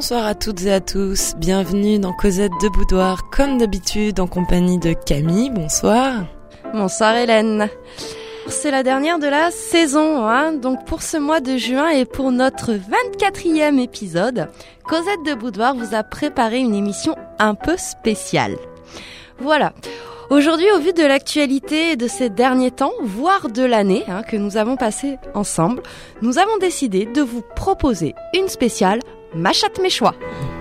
Bonsoir à toutes et à tous, bienvenue dans Cosette de Boudoir, comme d'habitude en compagnie de Camille, bonsoir. Bonsoir Hélène. C'est la dernière de la saison, donc pour ce mois de juin et pour notre 24e épisode, Cosette de Boudoir vous a préparé une émission un peu spéciale. Voilà. Aujourd'hui, au vu de l'actualité et de ces derniers temps, voire de l'année que nous avons passé ensemble, nous avons décidé de vous proposer une spéciale Ma chatte mes choix.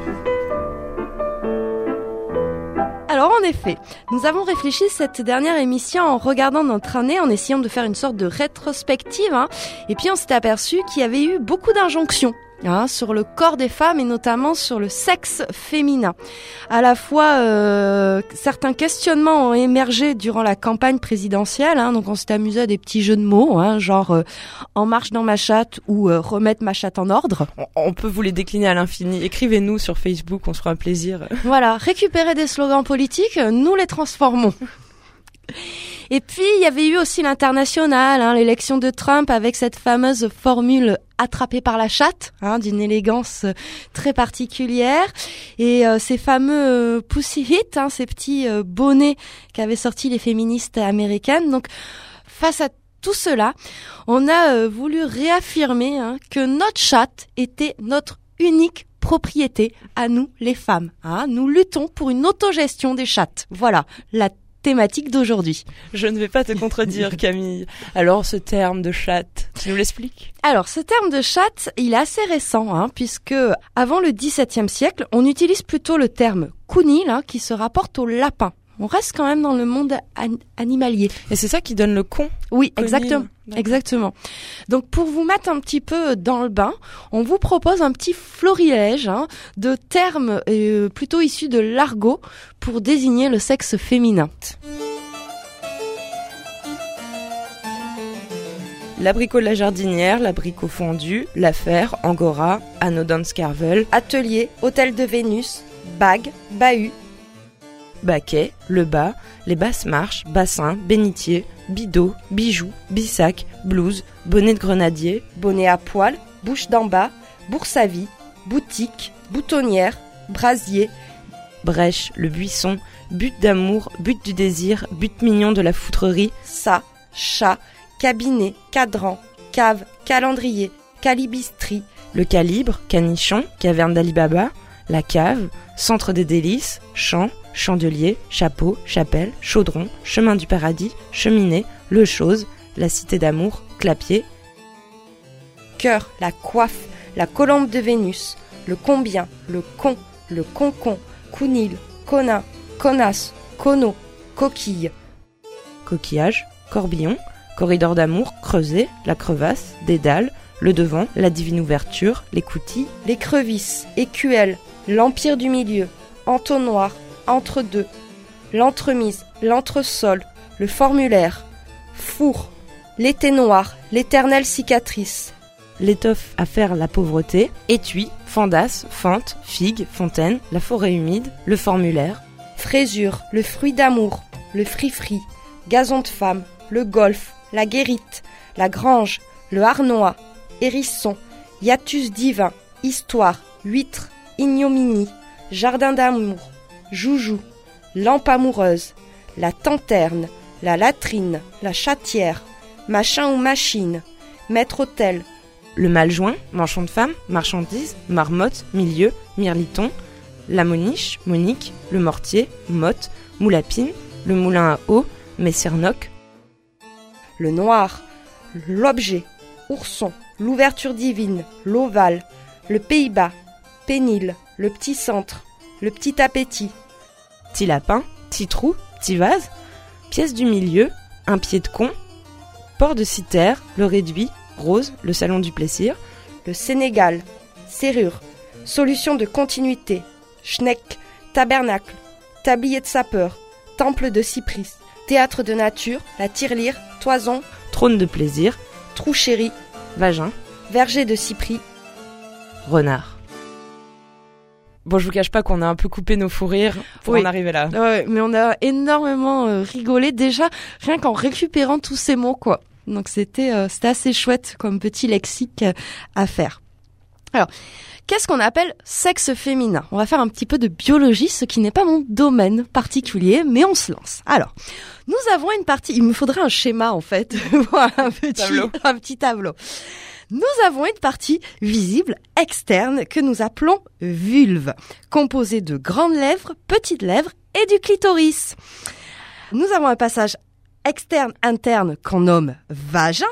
Alors en effet, nous avons réfléchi cette dernière émission en regardant notre année, en essayant de faire une sorte de rétrospective, et puis on s'est aperçu qu'il y avait eu beaucoup d'injonctions sur le corps des femmes et notamment sur le sexe féminin. À la fois, certains questionnements ont émergé durant la campagne présidentielle, donc on s'est amusé à des petits jeux de mots, genre En marche dans ma chatte ou Remettre ma chatte en ordre. On peut vous les décliner à l'infini. Écrivez-nous sur Facebook, on se fera un plaisir. Voilà, récupérer des slogans politiques, nous les transformons. Et puis, il y avait eu aussi l'international, l'élection de Trump avec cette fameuse formule attrapée par la chatte, d'une élégance très particulière. Et ces fameux Pussy Hit, ces petits bonnets qu'avaient sortis les féministes américaines. Donc, face à tout cela, on a voulu réaffirmer que notre chatte était notre unique propriété à nous, les femmes. Nous luttons pour une autogestion des chattes. Voilà, la thématique d'aujourd'hui. Je ne vais pas te contredire, Camille. Alors, ce terme de chatte, tu nous l'expliques ? Alors, ce terme de chatte, il est assez récent, puisque avant le XVIIe siècle, on utilise plutôt le terme counil, qui se rapporte au lapin. On reste quand même dans le monde animalier. Et c'est ça qui donne le con ? Oui, exactement. Donc, pour vous mettre un petit peu dans le bain, on vous propose un petit florilège de termes plutôt issus de l'argot pour désigner le sexe féminin. L'abricot de la jardinière, l'abricot fondu, l'affaire, angora, anodin scarvel, atelier, hôtel de Vénus, bague, bahut, baquet, le bas, les basses marches, bassin, bénitier, bidot, bijoux, bissac, blouse, bonnet de grenadier, bonnet à poil, bouche d'en bas, bourse à vie, boutique, boutonnière, brasier, brèche, le buisson, but d'amour, but du désir, but mignon de la foutrerie, ça, chat, cabinet, cadran, cave, calendrier, calibistrie, le calibre, canichon, caverne d'Ali Baba, la cave, centre des délices, champ, chandelier, chapeau, chapelle, chaudron, chemin du paradis, cheminée, le chose, la cité d'amour, clapier, cœur, la coiffe, la colombe de Vénus, le combien, le con, le concon, counil, conin, connasse, cono, coquille, coquillage, corbillon, corridor d'amour, creuset, la crevasse, dédale, le devant, la divine ouverture, l'écoutille, l'écrevisse, écuelle, l'empire du milieu, entonnoir, entre-deux, l'entremise, l'entresol, le formulaire, four, l'été noir, l'éternelle cicatrice, l'étoffe à faire la pauvreté, étui, fendasse, fente, figue, fontaine, la forêt humide, le formulaire, fraisure, le fruit d'amour, le fri-fri, gazon de femme, le golf, la guérite, la grange, le harnois, hérisson, hiatus divin, histoire, huître, ignominie, jardin d'amour, joujou, lampe amoureuse, la tanterne, la latrine, la chatière, machin ou machine, maître-autel, le maljoint, manchon de femme, marchandise, marmotte, milieu, mirliton, la moniche, monique, le mortier, motte, moulapine, le moulin à eau, messernoc, le noir, l'objet, ourson, l'ouverture divine, l'ovale, le Pays-Bas, pénile, le petit centre, le petit appétit, petit lapin, petit trou, petit vase, pièce du milieu, un pied de con, port de cithère, le réduit, rose, le salon du plaisir, le Sénégal, serrure, solution de continuité, schneck, tabernacle, tablier de sapeur, temple de cypris, théâtre de nature, la tirelire, toison, trône de plaisir, trou chéri, vagin, verger de cypris, renard. Bon, je vous cache pas qu'on a un peu coupé nos fous rires pour en arriver là. Ouais, mais on a énormément rigolé déjà, rien qu'en récupérant tous ces mots, quoi. Donc c'était assez chouette comme petit lexique à faire. Alors, Qu'est-ce qu'on appelle sexe féminin? On va faire un petit peu de biologie, ce qui n'est pas mon domaine particulier, mais on se lance. Alors, nous avons une partie, il me faudrait un schéma en fait, voilà, un petit tableau. Nous avons une partie visible externe que nous appelons vulve, composée de grandes lèvres, petites lèvres et du clitoris. Nous avons un passage externe-interne qu'on nomme vagin,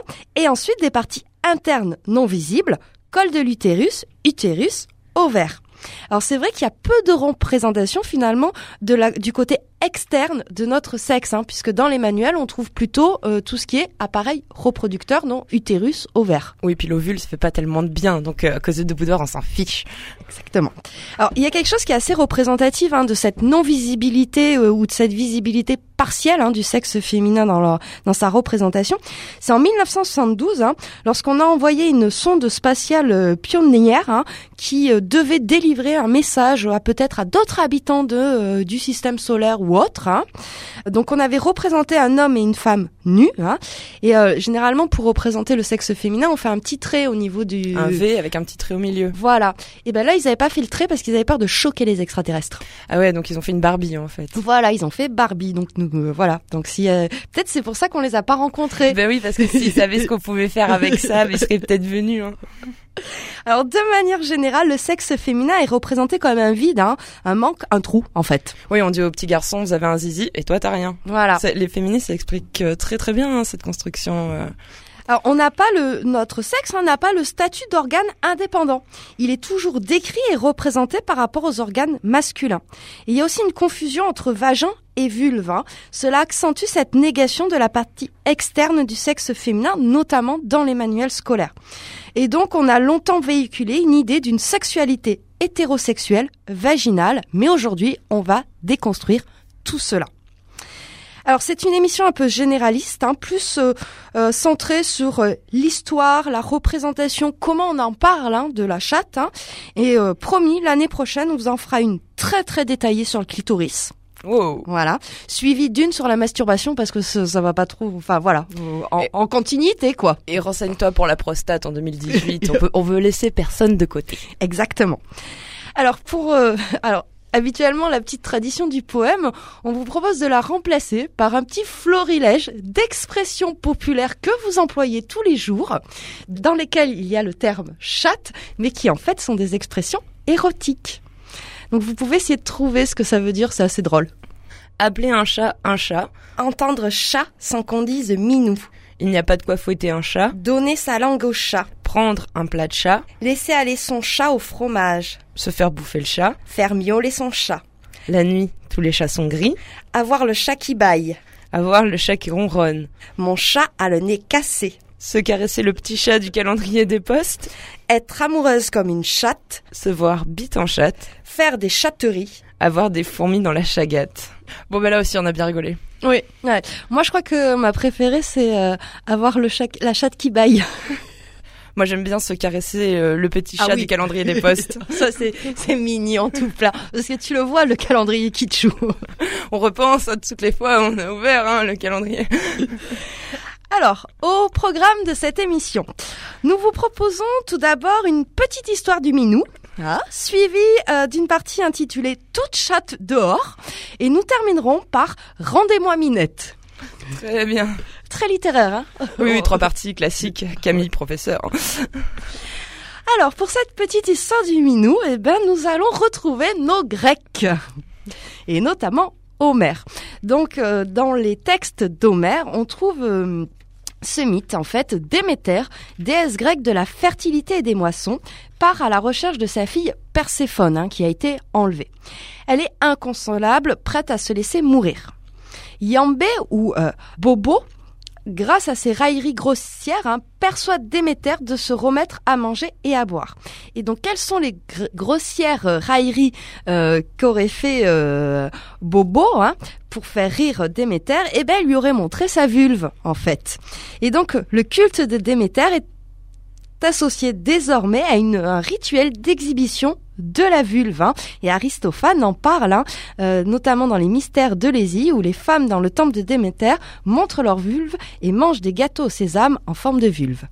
et ensuite des parties internes non visibles, col de l'utérus, utérus, ovaire. Alors c'est vrai qu'il y a peu de représentation finalement du côté externe de notre sexe, puisque dans les manuels on trouve plutôt tout ce qui est appareil reproducteur, non utérus, ovaire. Oui, puis l'ovule ça fait pas tellement de bien, donc à cause de boudoir on s'en fiche. Exactement. Alors il y a quelque chose qui est assez représentatif de cette non-visibilité ou de cette visibilité partielle du sexe féminin dans sa représentation. C'est en 1972, lorsqu'on a envoyé une sonde spatiale pionnière qui devait délivrer un message peut-être à d'autres habitants du système solaire ou autre. Donc on avait représenté un homme et une femme nus. Et généralement pour représenter le sexe féminin, on fait un petit trait au niveau du... Un V avec un petit trait au milieu. Voilà. Et ben là, ils n'avaient pas fait le trait parce qu'ils avaient peur de choquer les extraterrestres. Ah ouais, donc ils ont fait une Barbie en fait. Voilà, ils ont fait Barbie. Donc voilà. Donc si peut-être c'est pour ça qu'on les a pas rencontrés. Ben oui, parce que s'ils savaient ce qu'on pouvait faire avec ça, ils seraient peut-être venus. Alors de manière générale, le sexe féminin est représenté comme un vide, un manque, un trou en fait. Oui, on dit aux petits garçons, vous avez un zizi et toi t'as rien. Voilà. Les féministes expliquent très très bien cette construction. Alors, notre sexe n'a pas le statut d'organe indépendant. Il est toujours décrit et représenté par rapport aux organes masculins. Et il y a aussi une confusion entre vagin et vulve. Cela accentue cette négation de la partie externe du sexe féminin, notamment dans les manuels scolaires. Et donc, on a longtemps véhiculé une idée d'une sexualité hétérosexuelle, vaginale, mais aujourd'hui, on va déconstruire tout cela. Alors c'est une émission un peu généraliste, plus centrée sur l'histoire, la représentation, comment on en parle de la chatte. Et promis, l'année prochaine, on vous en fera une très très détaillée sur le clitoris. Wow. Voilà, suivi d'une sur la masturbation parce que ça va pas trop, enfin voilà, en continuité quoi. Et renseigne-toi pour la prostate en 2018, on veut laisser personne de côté. Exactement. Alors habituellement, la petite tradition du poème, on vous propose de la remplacer par un petit florilège d'expressions populaires que vous employez tous les jours, dans lesquelles il y a le terme chatte, mais qui en fait sont des expressions érotiques. Donc vous pouvez essayer de trouver ce que ça veut dire, c'est assez drôle. Appeler un chat. Entendre chat sans qu'on dise minou. Il n'y a pas de quoi fouetter un chat. Donner sa langue au chat. Prendre un plat de chat. Laisser aller son chat au fromage. Se faire bouffer le chat. Faire miauler son chat. La nuit, tous les chats sont gris. Avoir le chat qui bâille. Avoir le chat qui ronronne. Mon chat a le nez cassé. Se caresser le petit chat du calendrier des postes. Être amoureuse comme une chatte. Se voir bite en chatte. Faire des chatteries. Avoir des fourmis dans la chagate. Bon ben là aussi on a bien rigolé. Oui. Ouais. Moi je crois que ma préférée c'est avoir la chatte qui bâille. Moi j'aime bien se caresser le petit chat du calendrier des postes. Ça c'est mignon tout plat. Parce que tu le vois le calendrier qui te joue. On repense à toutes les fois où on a ouvert le calendrier. Alors, au programme de cette émission, nous vous proposons tout d'abord une petite histoire du minou, suivie d'une partie intitulée « Toute chatte dehors » et nous terminerons par « Rendez-moi Minette ». Très bien. Très littéraire, Oui, 3 parties classiques. Camille, professeur. Alors, pour cette petite histoire du minou, nous allons retrouver nos Grecs, et notamment Homère. Donc, dans les textes d'Homère, on trouve ce mythe, en fait, Déméter, déesse grecque de la fertilité et des moissons, part à la recherche de sa fille Perséphone, qui a été enlevée. Elle est inconsolable, prête à se laisser mourir. Yambé ou Bobo, grâce à ses railleries grossières, persuade Déméter de se remettre à manger et à boire. Et donc, quelles sont les grossières railleries qu'aurait fait Bobo pour faire rire Déméter? Elle lui aurait montré sa vulve, en fait. Et donc, le culte de Déméter est associé désormais à un rituel d'exhibition de la vulve. Et Aristophane en parle, notamment dans les mystères d'Eulésie, où les femmes dans le temple de Déméter montrent leur vulve et mangent des gâteaux au sésame en forme de vulve.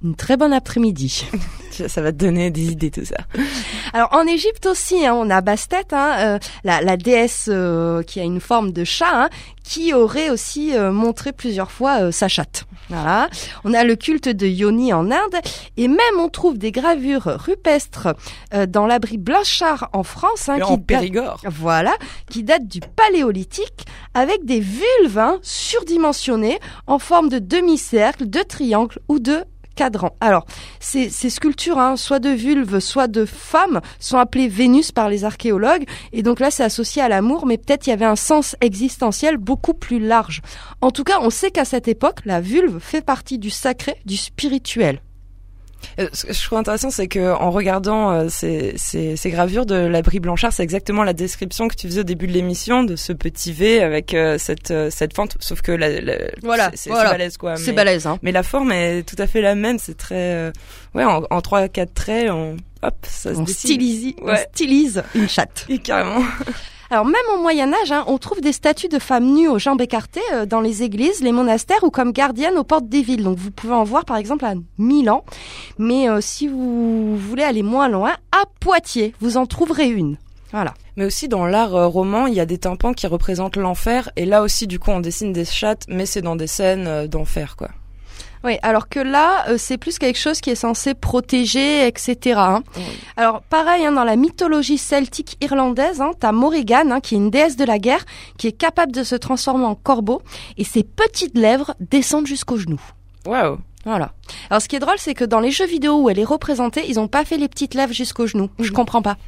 une très bonne après-midi. Ça va te donner des idées, tout ça. Alors en Égypte aussi, hein, on a Bastet, hein, la déesse qui a une forme de chat, hein, qui aurait aussi montré plusieurs fois sa chatte. Voilà. On a le culte de Yoni en Inde, et même on trouve des gravures rupestres dans l'abri Blanchard en France, hein, en Périgord. Voilà, qui datent du Paléolithique, avec des vulves surdimensionnées en forme de demi-cercle, de triangle ou de cadran. Alors, ces sculptures, hein, soit de vulves, soit de femmes, sont appelées Vénus par les archéologues. Et donc là, c'est associé à l'amour, mais peut-être il y avait un sens existentiel beaucoup plus large. En tout cas, on sait qu'à cette époque, la vulve fait partie du sacré, du spirituel. Ce que je trouve intéressant, c'est que en regardant ces gravures de l'abri Blanchard, c'est exactement la description que tu faisais au début de l'émission de ce petit V avec cette fente, sauf que c'est balèze quoi. C'est balèze, hein. Mais la forme est tout à fait la même. C'est très en 3-4 traits, ça se dessine. On stylise une chatte. Et carrément. Alors même au Moyen-Âge, hein, on trouve des statues de femmes nues aux jambes écartées dans les églises, les monastères ou comme gardiennes aux portes des villes. Donc vous pouvez en voir par exemple à Milan, mais si vous voulez aller moins loin, à Poitiers, vous en trouverez une. Voilà. Mais aussi dans l'art roman, il y a des tympans qui représentent l'enfer, et là aussi du coup on dessine des chattes, mais c'est dans des scènes d'enfer quoi. Oui, alors que là, c'est plus quelque chose qui est censé protéger, etc. Hein. Oui. Alors, pareil, hein, dans la mythologie celtique irlandaise, hein, t'as Morrigan, hein, qui est une déesse de la guerre, qui est capable de se transformer en corbeau, et ses petites lèvres descendent jusqu'aux genoux. Waouh. Voilà. Alors, ce qui est drôle, c'est que dans les jeux vidéo où elle est représentée, ils ont pas fait les petites lèvres jusqu'aux genoux. Je comprends pas.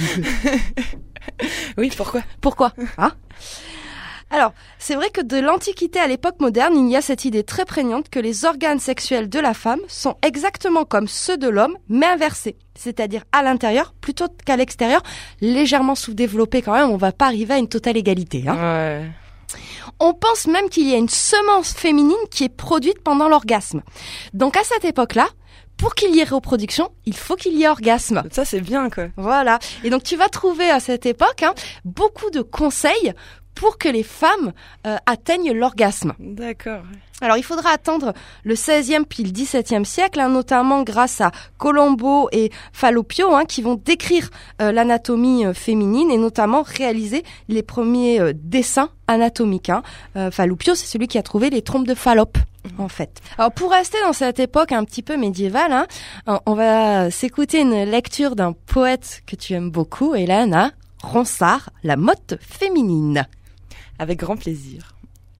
Oui, pourquoi hein? Alors, c'est vrai que de l'Antiquité à l'époque moderne, il y a cette idée très prégnante que les organes sexuels de la femme sont exactement comme ceux de l'homme, mais inversés. C'est-à-dire à l'intérieur plutôt qu'à l'extérieur, légèrement sous-développés quand même, on va pas arriver à une totale égalité. Hein. Ouais. On pense même qu'il y a une semence féminine qui est produite pendant l'orgasme. Donc à cette époque-là, pour qu'il y ait reproduction, il faut qu'il y ait orgasme. Ça, c'est bien, quoi. Voilà. Et donc tu vas trouver à cette époque beaucoup de conseils pour que les femmes atteignent l'orgasme. D'accord. Alors, il faudra attendre le 16e puis le 17e siècle, hein, notamment grâce à Colombo et Fallopio, hein, qui vont décrire l'anatomie féminine et notamment réaliser les premiers dessins anatomiques. Hein. Fallopio, c'est celui qui a trouvé les trompes de Fallope, en fait. Alors, pour rester dans cette époque un petit peu médiévale, hein, on va s'écouter une lecture d'un poète que tu aimes beaucoup, Hélène, Ronsard, La motte féminine. Avec grand plaisir.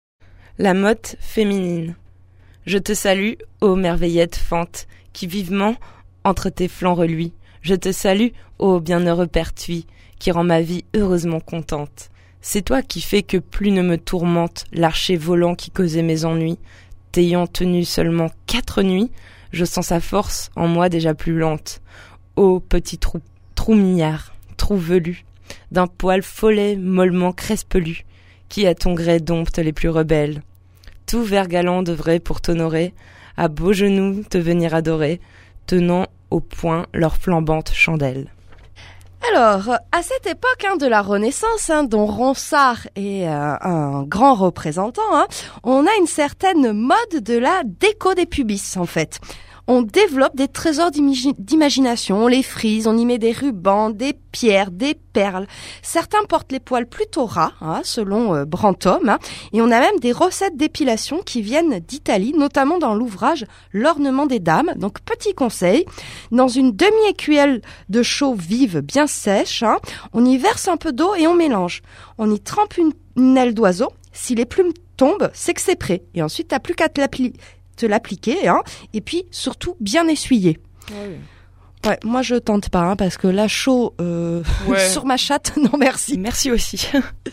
La motte féminine. Je te salue, ô merveillette fente, qui vivement entre tes flancs reluit. Je te salue, ô bienheureux pertuis, qui rend ma vie heureusement contente. C'est toi qui fais que plus ne me tourmente l'archer volant qui causait mes ennuis. T'ayant tenu seulement 4 nuits, je sens sa force en moi déjà plus lente. Ô petit trou mignard, trou velu, d'un poil follet mollement crespelu, qui à ton gré dompte les plus rebelles. Tout vers galant devrait pour t'honorer, à beaux genoux te venir adorer, tenant au poing leur flambante chandelle. Alors, à cette époque de la Renaissance, dont Ronsard est un grand représentant, on a une certaine mode de la déco des pubis, en fait. On développe des trésors d'imagination, on les frise, on y met des rubans, des pierres, des perles. Certains portent les poils plutôt ras, selon Brantôme, et on a même des recettes d'épilation qui viennent d'Italie, notamment dans l'ouvrage L'ornement des dames. Donc petit conseil, dans une demi-écuelle de chaux vive bien sèche, on y verse un peu d'eau et on mélange. On y trempe une aile d'oiseau. Si les plumes tombent, c'est que c'est prêt. Et ensuite, t'as plus qu'à te l'appliquer, et puis surtout bien essuyer. Ouais, moi je tente pas, parce que là chaud sur ma chatte, non merci. Merci aussi.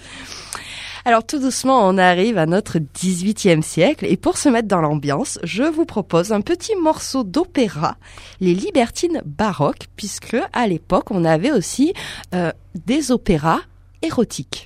Alors tout doucement, on arrive à notre 18e siècle, et pour se mettre dans l'ambiance, je vous propose un petit morceau d'opéra, Les Libertines baroques, puisque à l'époque on avait aussi des opéras érotiques.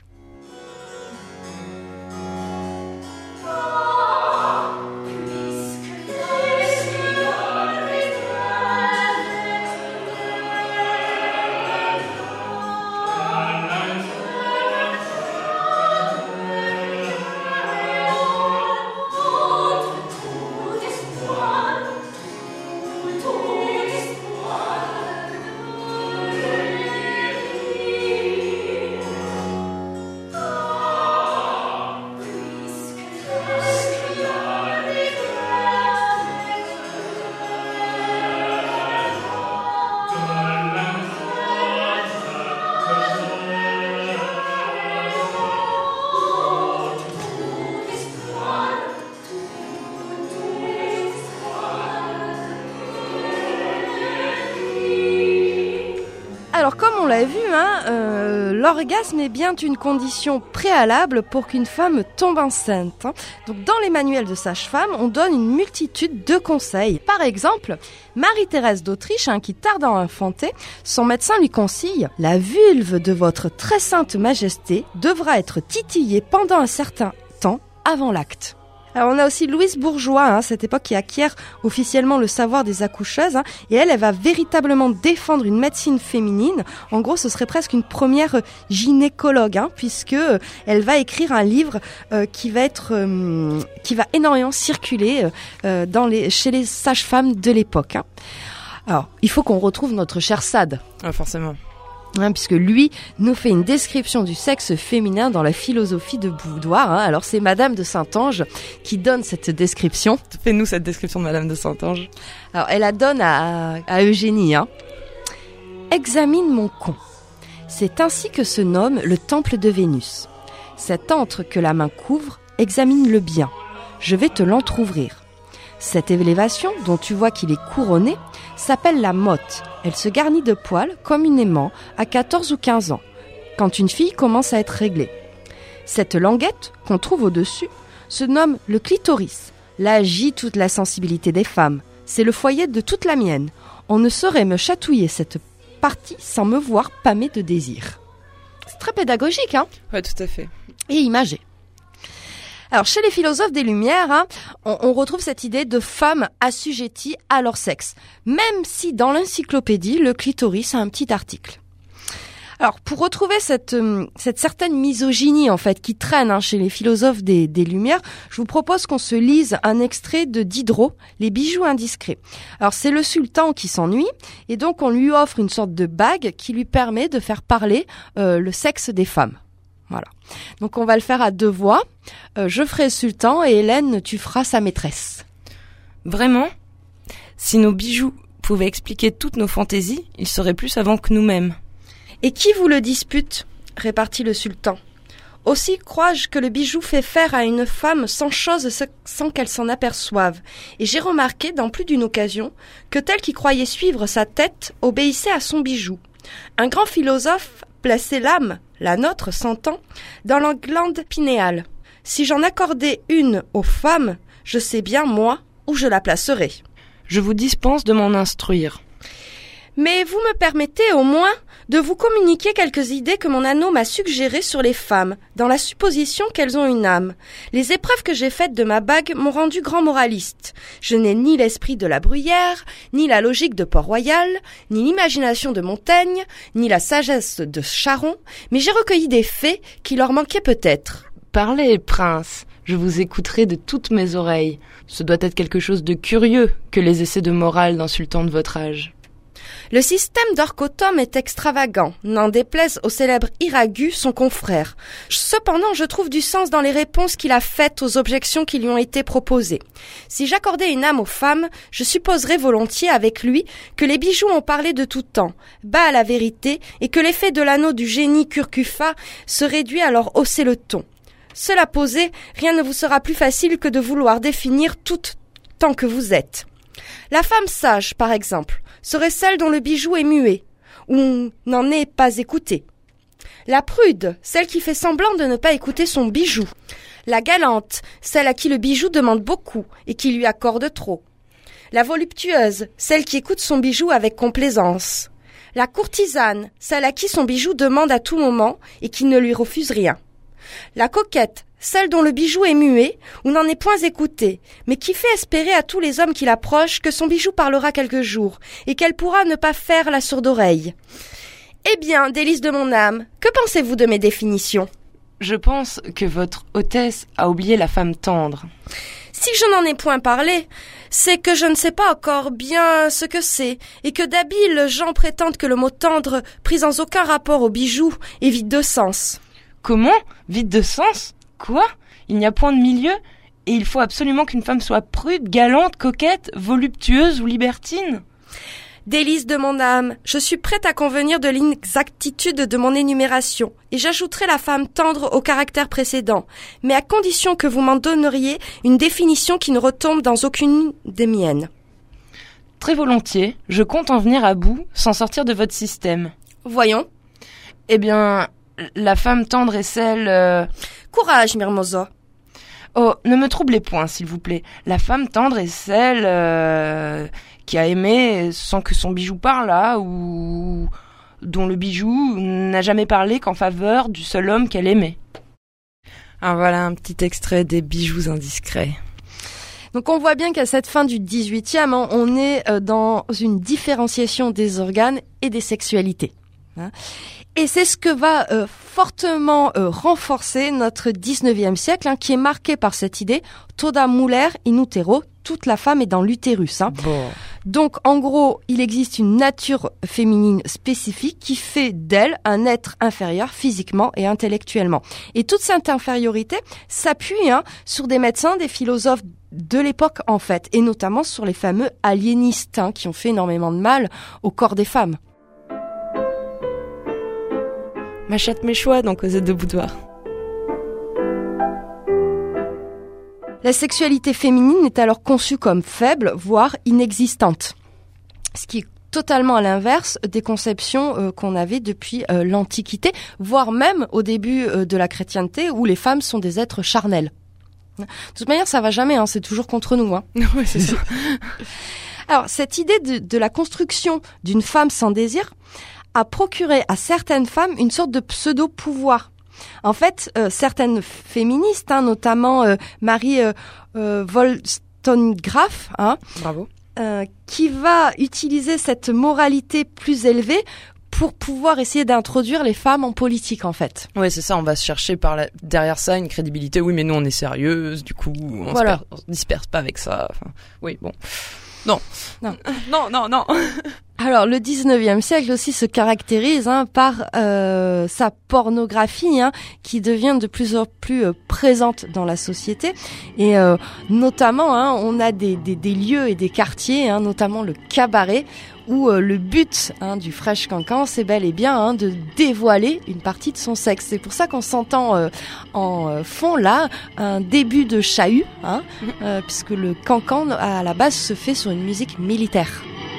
l'orgasme est bien une condition préalable pour qu'une femme tombe enceinte. Donc dans les manuels de sage-femme, on donne une multitude de conseils. Par exemple, Marie-Thérèse d'Autriche, qui tarde à enfanter, son médecin lui conseille « La vulve de votre très sainte majesté devra être titillée pendant un certain temps avant l'acte. » Alors on a aussi Louise Bourgeois, cette époque qui acquiert officiellement le savoir des accoucheuses, et elle va véritablement défendre une médecine féminine. En gros, ce serait presque une première gynécologue, puisque elle va écrire un livre qui va énormément circuler chez les sages-femmes de l'époque. Alors, il faut qu'on retrouve notre cher Sade. Ah, forcément. Puisque lui nous fait une description du sexe féminin dans la philosophie de Boudoir. Alors c'est Madame de Saint-Ange qui donne cette description. Fais-nous cette description de Madame de Saint-Ange. Alors elle la donne à Eugénie. Examine mon con. C'est ainsi que se nomme le temple de Vénus. Cet antre que la main couvre, examine-le bien. Je vais te l'entrouvrir. Cette élévation, dont tu vois qu'il est couronné, s'appelle la motte. Elle se garnit de poils communément à 14 ou 15 ans, quand une fille commence à être réglée. Cette languette qu'on trouve au-dessus se nomme le clitoris. Là agit toute la sensibilité des femmes. C'est le foyer de toute la mienne. On ne saurait me chatouiller cette partie sans me voir pâmer de désir. C'est très pédagogique, Ouais, tout à fait. Et imagé. Alors, chez les philosophes des Lumières, on retrouve cette idée de femmes assujetties à leur sexe, même si dans l'encyclopédie, le clitoris a un petit article. Alors, pour retrouver cette certaine misogynie en fait qui traîne chez les philosophes des Lumières, je vous propose qu'on se lise un extrait de Diderot, Les bijoux indiscrets. Alors, c'est le sultan qui s'ennuie et donc on lui offre une sorte de bague qui lui permet de faire parler le sexe des femmes. Voilà. Donc on va le faire à deux voix. Je ferai sultan et Hélène, tu feras sa maîtresse. Vraiment ? Si nos bijoux pouvaient expliquer toutes nos fantaisies, ils seraient plus savants que nous-mêmes. Et qui vous le dispute ? Répartit le sultan. Aussi crois-je que le bijou fait faire à une femme 100 choses sans qu'elle s'en aperçoive. Et j'ai remarqué dans plus d'une occasion que tel qui croyait suivre sa tête obéissait à son bijou. Un grand philosophe plaçait l'âme, la nôtre s'entend, dans la glande pinéale. Si j'en accordais une aux femmes, je sais bien, moi, où je la placerais. Je vous dispense de m'en instruire. Mais vous me permettez au moins de vous communiquer quelques idées que mon anneau m'a suggérées sur les femmes, dans la supposition qu'elles ont une âme. Les épreuves que j'ai faites de ma bague m'ont rendu grand moraliste. Je n'ai ni l'esprit de la Bruyère, ni la logique de Port-Royal, ni l'imagination de Montaigne, ni la sagesse de Charon, mais j'ai recueilli des faits qui leur manquaient peut-être. Parlez, prince, je vous écouterai de toutes mes oreilles. Ce doit être quelque chose de curieux que les essais de morale d'un sultan de votre âge. Le système d'Orcotom est extravagant, n'en déplaise au célèbre Iragu, son confrère. Cependant, je trouve du sens dans les réponses qu'il a faites aux objections qui lui ont été proposées. Si j'accordais une âme aux femmes, je supposerais volontiers avec lui que les bijoux ont parlé de tout temps, bas à la vérité, et que l'effet de l'anneau du génie Curcufa se réduit à leur hausser le ton. Cela posé, rien ne vous sera plus facile que de vouloir définir tout tant que vous êtes. La femme sage, par exemple, serait celle dont le bijou est muet, ou n'en est pas écouté. La prude, celle qui fait semblant de ne pas écouter son bijou. La galante, celle à qui le bijou demande beaucoup et qui lui accorde trop. La voluptueuse, celle qui écoute son bijou avec complaisance. La courtisane, celle à qui son bijou demande à tout moment et qui ne lui refuse rien. La coquette, celle dont le bijou est muet ou n'en est point écouté, mais qui fait espérer à tous les hommes qui l'approchent que son bijou parlera quelque jour et qu'elle pourra ne pas faire la sourde oreille. Eh bien, délices de mon âme, que pensez-vous de mes définitions ? Je pense que votre hôtesse a oublié la femme tendre. Si je n'en ai point parlé, c'est que je ne sais pas encore bien ce que c'est, et que d'habiles gens prétendent que le mot tendre, pris sans aucun rapport au bijou, est vide de sens. Comment ? Vide de sens ? Quoi ? Il n'y a point de milieu ? Et il faut absolument qu'une femme soit prude, galante, coquette, voluptueuse ou libertine ? Délices de mon âme, je suis prête à convenir de l'inexactitude de mon énumération, et j'ajouterai la femme tendre au caractère précédent, mais à condition que vous m'en donneriez une définition qui ne retombe dans aucune des miennes. Très volontiers, je compte en venir à bout sans sortir de votre système. Voyons. Eh bien, la femme tendre est celle... Courage, Mirmozo. Oh, ne me troublez point, s'il vous plaît. La femme tendre est celle qui a aimé sans que son bijou parlât ou dont le bijou n'a jamais parlé qu'en faveur du seul homme qu'elle aimait. Ah, voilà un petit extrait des bijoux indiscrets. Donc on voit bien qu'à cette fin du 18e, on est dans une différenciation des organes et des sexualités. Et c'est ce que va fortement renforcer notre 19e siècle, qui est marqué par cette idée toda muller in utero, toute la femme est dans l'utérus. Bon. Donc en gros, il existe une nature féminine spécifique qui fait d'elle un être inférieur physiquement et intellectuellement. Et toute cette infériorité s'appuie sur des médecins, des philosophes de l'époque en fait, et notamment sur les fameux aliénistes qui ont fait énormément de mal au corps des femmes. M'achète mes choix dans Cosette de Boudoir. La sexualité féminine est alors conçue comme faible, voire inexistante. Ce qui est totalement à l'inverse des conceptions qu'on avait depuis l'Antiquité, voire même au début de la chrétienté, où les femmes sont des êtres charnels. De toute manière, ça va jamais, c'est toujours contre nous. Ouais, c'est ça. Alors, cette idée de la construction d'une femme sans désir a procuré à certaines femmes une sorte de pseudo-pouvoir. En fait, certaines féministes, notamment Marie Wollstonecraft, bravo, qui va utiliser cette moralité plus élevée pour pouvoir essayer d'introduire les femmes en politique, en fait. Ouais, c'est ça, on va se chercher derrière ça une crédibilité. Oui, mais nous, on est sérieuse, du coup, on se disperse pas avec ça. Enfin, oui, bon. Non. Alors, le 19e siècle aussi se caractérise par sa pornographie qui devient de plus en plus présente dans la société. Et notamment, on a des lieux et des quartiers, notamment le cabaret, où le but du Fresh Cancan, c'est bel et bien de dévoiler une partie de son sexe. C'est pour ça qu'on s'entend en fond là un début de chahut, puisque le cancan à la base se fait sur une musique militaire.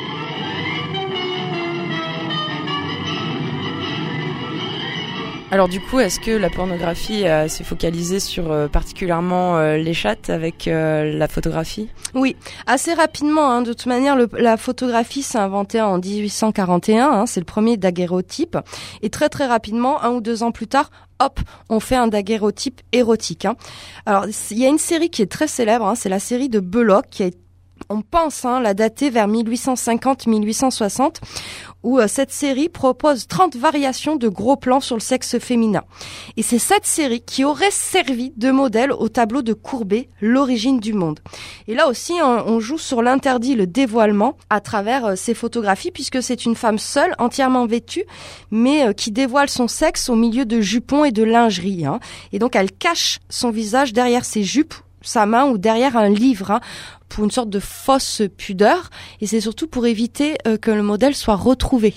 Alors du coup, est-ce que la pornographie s'est focalisée sur particulièrement les chattes avec la photographie ? Oui, assez rapidement. De toute manière, la photographie s'est inventée en 1841. C'est le premier daguerréotype. Et très très rapidement, 1 ou 2 ans plus tard, hop, on fait un daguerréotype érotique. Alors, il y a une série qui est très célèbre. C'est la série de Belloc qui a été, on pense la dater vers 1850-1860, où cette série propose 30 variations de gros plans sur le sexe féminin. Et c'est cette série qui aurait servi de modèle au tableau de Courbet, L'origine du monde. Et là aussi, on joue sur l'interdit, le dévoilement, à travers ces photographies, puisque c'est une femme seule, entièrement vêtue, mais qui dévoile son sexe au milieu de jupons et de lingerie. Et donc, elle cache son visage derrière ses jupes, sa main ou derrière un livre, pour une sorte de fausse pudeur, et c'est surtout pour éviter que le modèle soit retrouvé.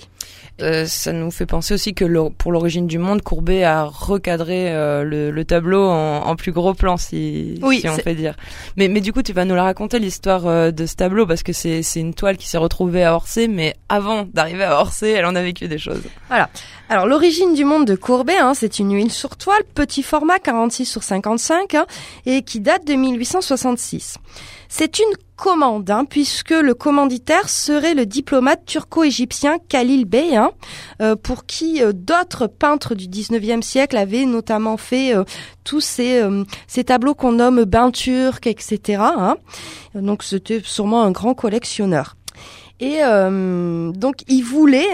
Ça nous fait penser aussi que pour l'origine du monde, Courbet a recadré le tableau en plus gros plan, si on fait dire. Mais du coup, tu vas nous la raconter, l'histoire de ce tableau, parce que c'est une toile qui s'est retrouvée à Orsay, mais avant d'arriver à Orsay, elle en a vécu des choses. Voilà. Alors, l'origine du monde de Courbet, c'est une huile sur toile, petit format, 46x55, et qui date de 1866. C'est une commande, puisque le commanditaire serait le diplomate turco-égyptien Khalil Bey, pour qui d'autres peintres du 19e siècle avaient notamment fait tous ces tableaux qu'on nomme bains turcs, etc. Donc c'était sûrement un grand collectionneur. Et donc, il voulait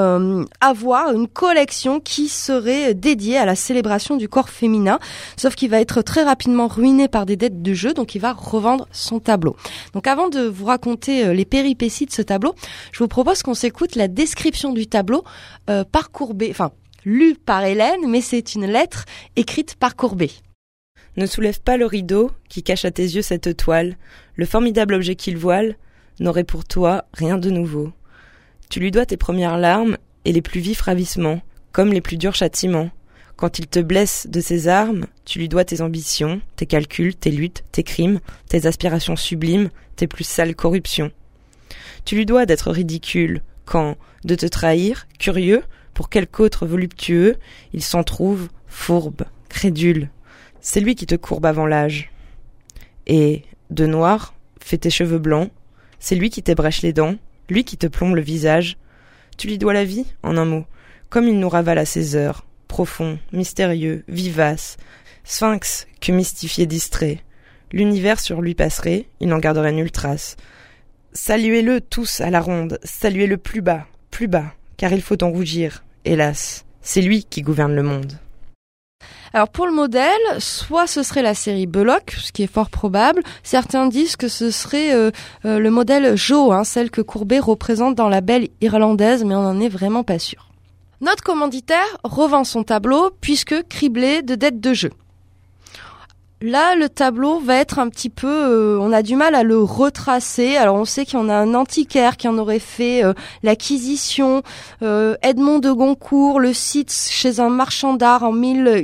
avoir une collection qui serait dédiée à la célébration du corps féminin, sauf qu'il va être très rapidement ruiné par des dettes de jeu, donc il va revendre son tableau. Donc, avant de vous raconter les péripéties de ce tableau, je vous propose qu'on s'écoute la description du tableau par Courbet, enfin, lue par Hélène, mais c'est une lettre écrite par Courbet. Ne soulève pas le rideau qui cache à tes yeux cette toile, le formidable objet qu'il voile n'aurait pour toi rien de nouveau. Tu lui dois tes premières larmes et les plus vifs ravissements, comme les plus durs châtiments. Quand il te blesse de ses armes, tu lui dois tes ambitions, tes calculs, tes luttes, tes crimes, tes aspirations sublimes, tes plus sales corruptions. Tu lui dois d'être ridicule, quand, de te trahir, curieux, pour quelque autre voluptueux, il s'en trouve fourbe, crédule. C'est lui qui te courbe avant l'âge. Et, de noir, fait tes cheveux blancs, c'est lui qui t'ébrèche les dents, lui qui te plombe le visage. Tu lui dois la vie, en un mot, comme il nous ravale à ses heures, profond, mystérieux, vivace, sphinx que mystifié distrait. L'univers sur lui passerait, il n'en garderait nulle trace. Saluez-le tous à la ronde, saluez-le plus bas, car il faut en rougir, hélas. C'est lui qui gouverne le monde. Alors pour le modèle, soit ce serait la série Belloc, ce qui est fort probable. Certains disent que ce serait le modèle Jo, celle que Courbet représente dans La Belle Irlandaise, mais on n'en est vraiment pas sûr. Notre commanditaire revend son tableau puisque criblé de dettes de jeu. Là, le tableau va être un petit peu... on a du mal à le retracer. Alors, on sait qu'il y en a un antiquaire qui en aurait fait l'acquisition. Edmond de Goncourt le cite chez un marchand d'art en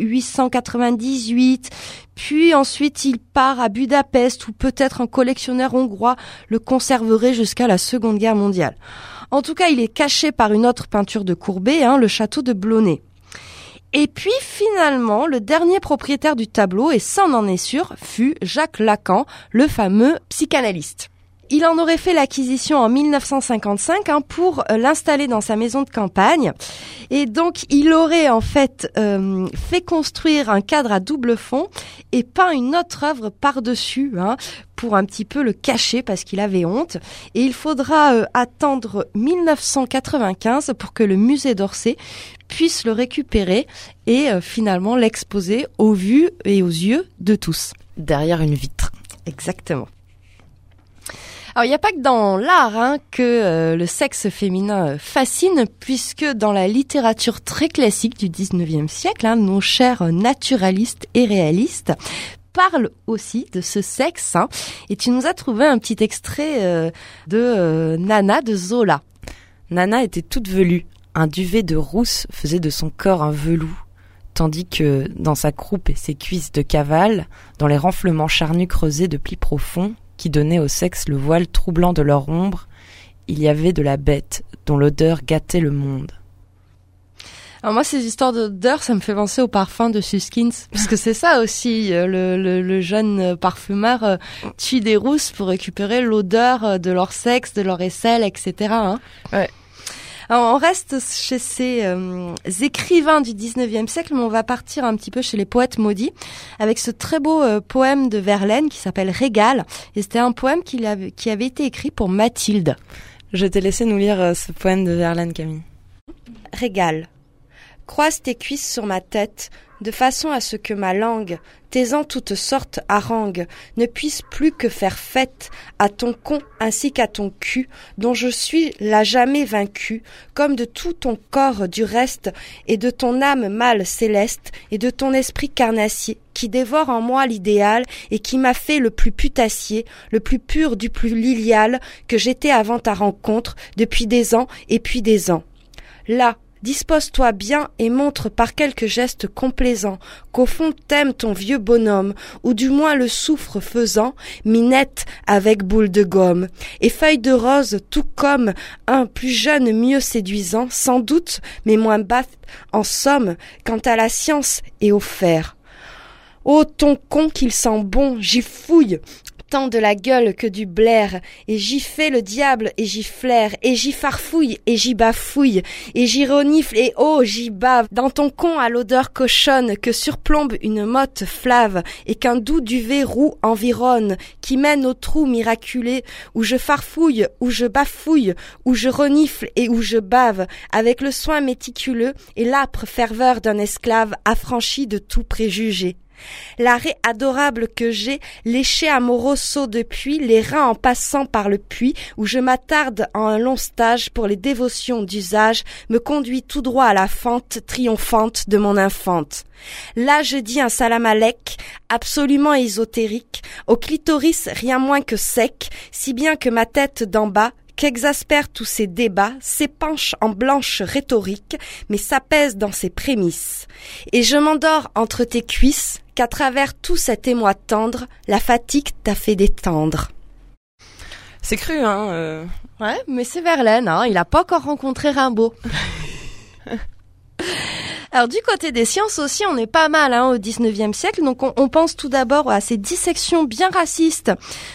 1898. Puis ensuite, il part à Budapest où peut-être un collectionneur hongrois le conserverait jusqu'à la Seconde Guerre mondiale. En tout cas, il est caché par une autre peinture de Courbet, le château de Blonay. Et puis finalement, le dernier propriétaire du tableau, et ça on en est sûr, fut Jacques Lacan, le fameux psychanalyste. Il en aurait fait l'acquisition en 1955 pour l'installer dans sa maison de campagne. Et donc, il aurait en fait fait construire un cadre à double fond et peint une autre œuvre par-dessus pour un petit peu le cacher parce qu'il avait honte. Et il faudra attendre 1995 pour que le musée d'Orsay puisse le récupérer et finalement l'exposer aux vues et aux yeux de tous. Derrière une vitre. Exactement. Alors, il n'y a pas que dans l'art que le sexe féminin fascine, puisque dans la littérature très classique du 19e siècle, nos chers naturalistes et réalistes parlent aussi de ce sexe. Et tu nous as trouvé un petit extrait de Nana de Zola. Nana était toute velue. Un duvet de rousse faisait de son corps un velours, tandis que, dans sa croupe et ses cuisses de cavale, dans les renflements charnus creusés de plis profonds, qui donnaient au sexe le voile troublant de leur ombre, il y avait de la bête dont l'odeur gâtait le monde. Alors moi, ces histoires d'odeur, ça me fait penser au parfum de Suskins, parce que c'est ça aussi, le jeune parfumeur tue des rousses pour récupérer l'odeur de leur sexe, de leur aisselle, etc. Ouais. Alors, on reste chez ces écrivains du 19e siècle, mais on va partir un petit peu chez les poètes maudits, avec ce très beau poème de Verlaine qui s'appelle Régal. Et c'était un poème qui avait été écrit pour Mathilde. Je t'ai laissé nous lire ce poème de Verlaine, Camille. Régal. Croise tes cuisses sur ma tête, de façon à ce que ma langue, taisant toutes sortes harangues, ne puisse plus que faire fête à ton con ainsi qu'à ton cul, dont je suis la jamais vaincu, comme de tout ton corps du reste, et de ton âme mâle céleste, et de ton esprit carnassier, qui dévore en moi l'idéal, et qui m'a fait le plus putassier, le plus pur du plus lilial, que j'étais avant ta rencontre, depuis des ans et puis des ans. Là, dispose-toi bien et montre par quelques gestes complaisants qu'au fond t'aimes ton vieux bonhomme, ou du moins le souffre faisant, minette avec boule de gomme, et feuille de rose tout comme un plus jeune mieux séduisant, sans doute, mais moins bas en somme, quant à la science et au fer. Ô ton con qu'il sent bon, j'y fouille, tant de la gueule que du blaire, et j'y fais le diable et j'y flaire, et j'y farfouille et j'y bafouille, et j'y renifle et oh j'y bave, dans ton con à l'odeur cochonne que surplombe une motte flave, et qu'un doux duvet roux environne, qui mène au trou miraculé, où je farfouille, où je bafouille, où je renifle et où je bave, avec le soin méticuleux et l'âpre ferveur d'un esclave affranchi de tout préjugé. L'arrêt adorable que j'ai, léché à mon rosseau depuis, les reins en passant par le puits, où je m'attarde en un long stage pour les dévotions d'usage, me conduit tout droit à la fente triomphante de mon infante. Là je dis un salam alek, absolument ésotérique, au clitoris rien moins que sec, si bien que ma tête d'en bas, qu'exaspèrent tous ces débats, s'épanche en blanche rhétorique, mais s'apaise dans ses prémices. Et je m'endors entre tes cuisses, qu'à travers tout cet émoi tendre, la fatigue t'a fait détendre. C'est cru, Ouais, mais c'est Verlaine, il a pas encore rencontré Rimbaud. Alors du côté des sciences aussi, on est pas mal au 19e siècle. Donc on pense tout d'abord à ces dissections bien racistes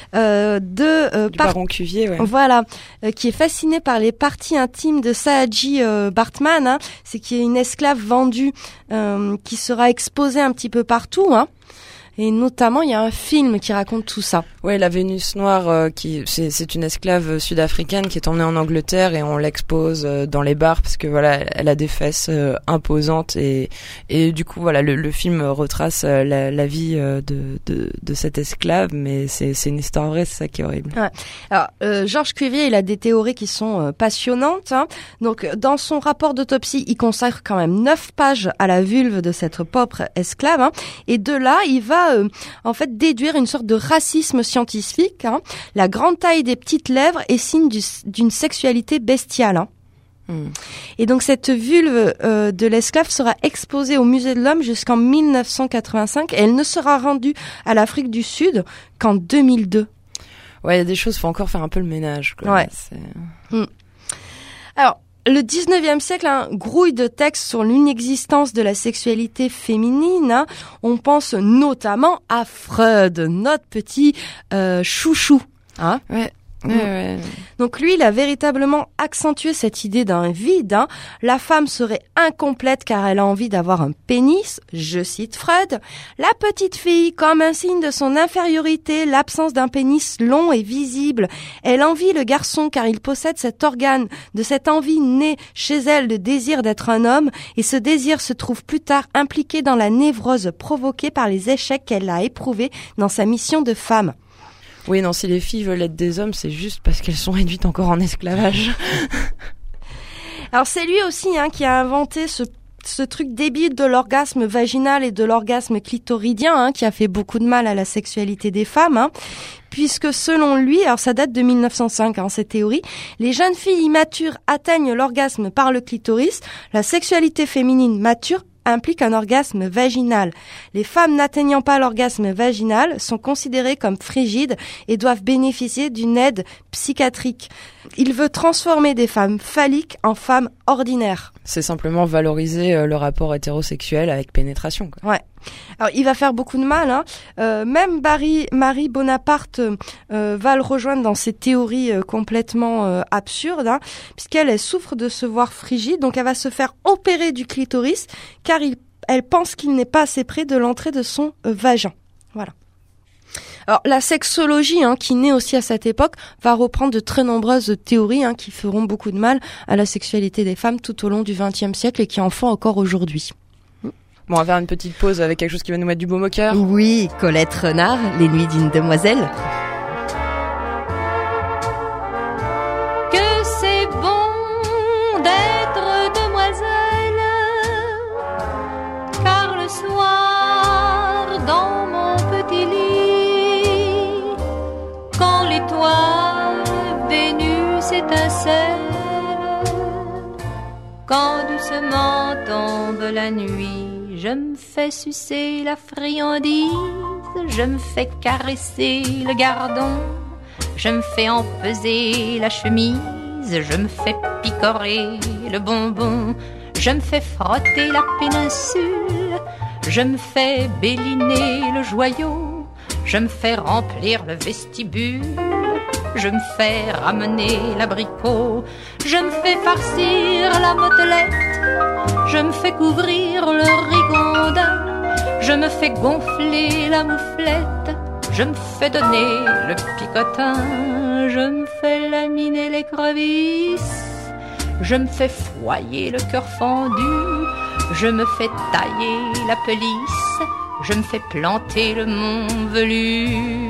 du baron Cuvier, ouais. Voilà, qui est fasciné par les parties intimes de Saadji Bartman. C'est qu'il y a une esclave vendue qui sera exposée un petit peu partout. Et notamment, il y a un film qui raconte tout ça. Ouais, la Vénus noire, c'est une esclave sud-africaine qui est emmenée en Angleterre et on l'expose dans les bars parce que voilà, elle a des fesses imposantes et du coup voilà, le film retrace la vie de cette esclave, mais c'est une histoire vraie, c'est ça qui est horrible. Ouais. Alors, Georges Cuvier, il a des théories qui sont passionnantes. Donc, dans son rapport d'autopsie, il consacre quand même 9 pages à la vulve de cette pauvre esclave. Et de là, il va en fait déduire une sorte de racisme scientifique. La grande taille des petites lèvres est signe d'une sexualité bestiale. Et donc cette vulve de l'esclave sera exposée au musée de l'homme jusqu'en 1985 et elle ne sera rendue à l'Afrique du Sud qu'en 2002. Ouais, il y a des choses, faut encore faire un peu le ménage, quoi. Ouais. Alors, le 19e siècle grouille de textes sur l'inexistence de la sexualité féminine. On pense notamment à Freud, notre petit chouchou. Ouais. Ouais. Donc lui, il a véritablement accentué cette idée d'un vide. La femme serait incomplète car elle a envie d'avoir un pénis, je cite Freud. La petite fille, comme un signe de son infériorité, l'absence d'un pénis long et visible. Elle envie le garçon car il possède cet organe, de cette envie née chez elle de désir d'être un homme, et ce désir se trouve plus tard impliqué dans la névrose provoquée par les échecs qu'elle a éprouvés dans sa mission de femme. Oui, non, si les filles veulent être des hommes, c'est juste parce qu'elles sont réduites encore en esclavage. Alors c'est lui aussi qui a inventé ce truc débile de l'orgasme vaginal et de l'orgasme clitoridien qui a fait beaucoup de mal à la sexualité des femmes. Puisque selon lui, alors ça date de 1905, cette théorie, les jeunes filles immatures atteignent l'orgasme par le clitoris, la sexualité féminine mature implique un orgasme vaginal. Les femmes n'atteignant pas l'orgasme vaginal sont considérées comme frigides et doivent bénéficier d'une aide psychiatrique. Il veut transformer des femmes phalliques en femmes ordinaires. C'est simplement valoriser le rapport hétérosexuel avec pénétration, quoi. Ouais. Alors, il va faire beaucoup de mal. Même Marie Bonaparte va le rejoindre dans ses théories complètement absurdes, puisqu'elle souffre de se voir frigide, donc elle va se faire opérer du clitoris, car elle pense qu'il n'est pas assez près de l'entrée de son vagin. Voilà. Alors, la sexologie, qui naît aussi à cette époque, va reprendre de très nombreuses théories qui feront beaucoup de mal à la sexualité des femmes tout au long du XXe siècle et qui en font encore aujourd'hui. Bon, on va faire une petite pause avec quelque chose qui va nous mettre du baume au cœur. Oui, Colette Renard, Les Nuits d'une demoiselle. Que c'est bon d'être demoiselle, car le soir, dans mon petit lit, quand l'étoile Vénus étincelle, quand doucement tombe la nuit, je me fais sucer la friandise, je me fais caresser le gardon, je me fais empeser la chemise, je me fais picorer le bonbon, je me fais frotter la péninsule, je me fais béliner le joyau, je me fais remplir le vestibule, je me fais ramener l'abricot, je me fais farcir la motelette, je me fais couvrir le rigondin, je me fais gonfler la mouflette, je me fais donner le picotin, je me fais laminer l'écrevisse, je me fais foyer le cœur fendu, je me fais tailler la pelisse, je me fais planter le mont velu.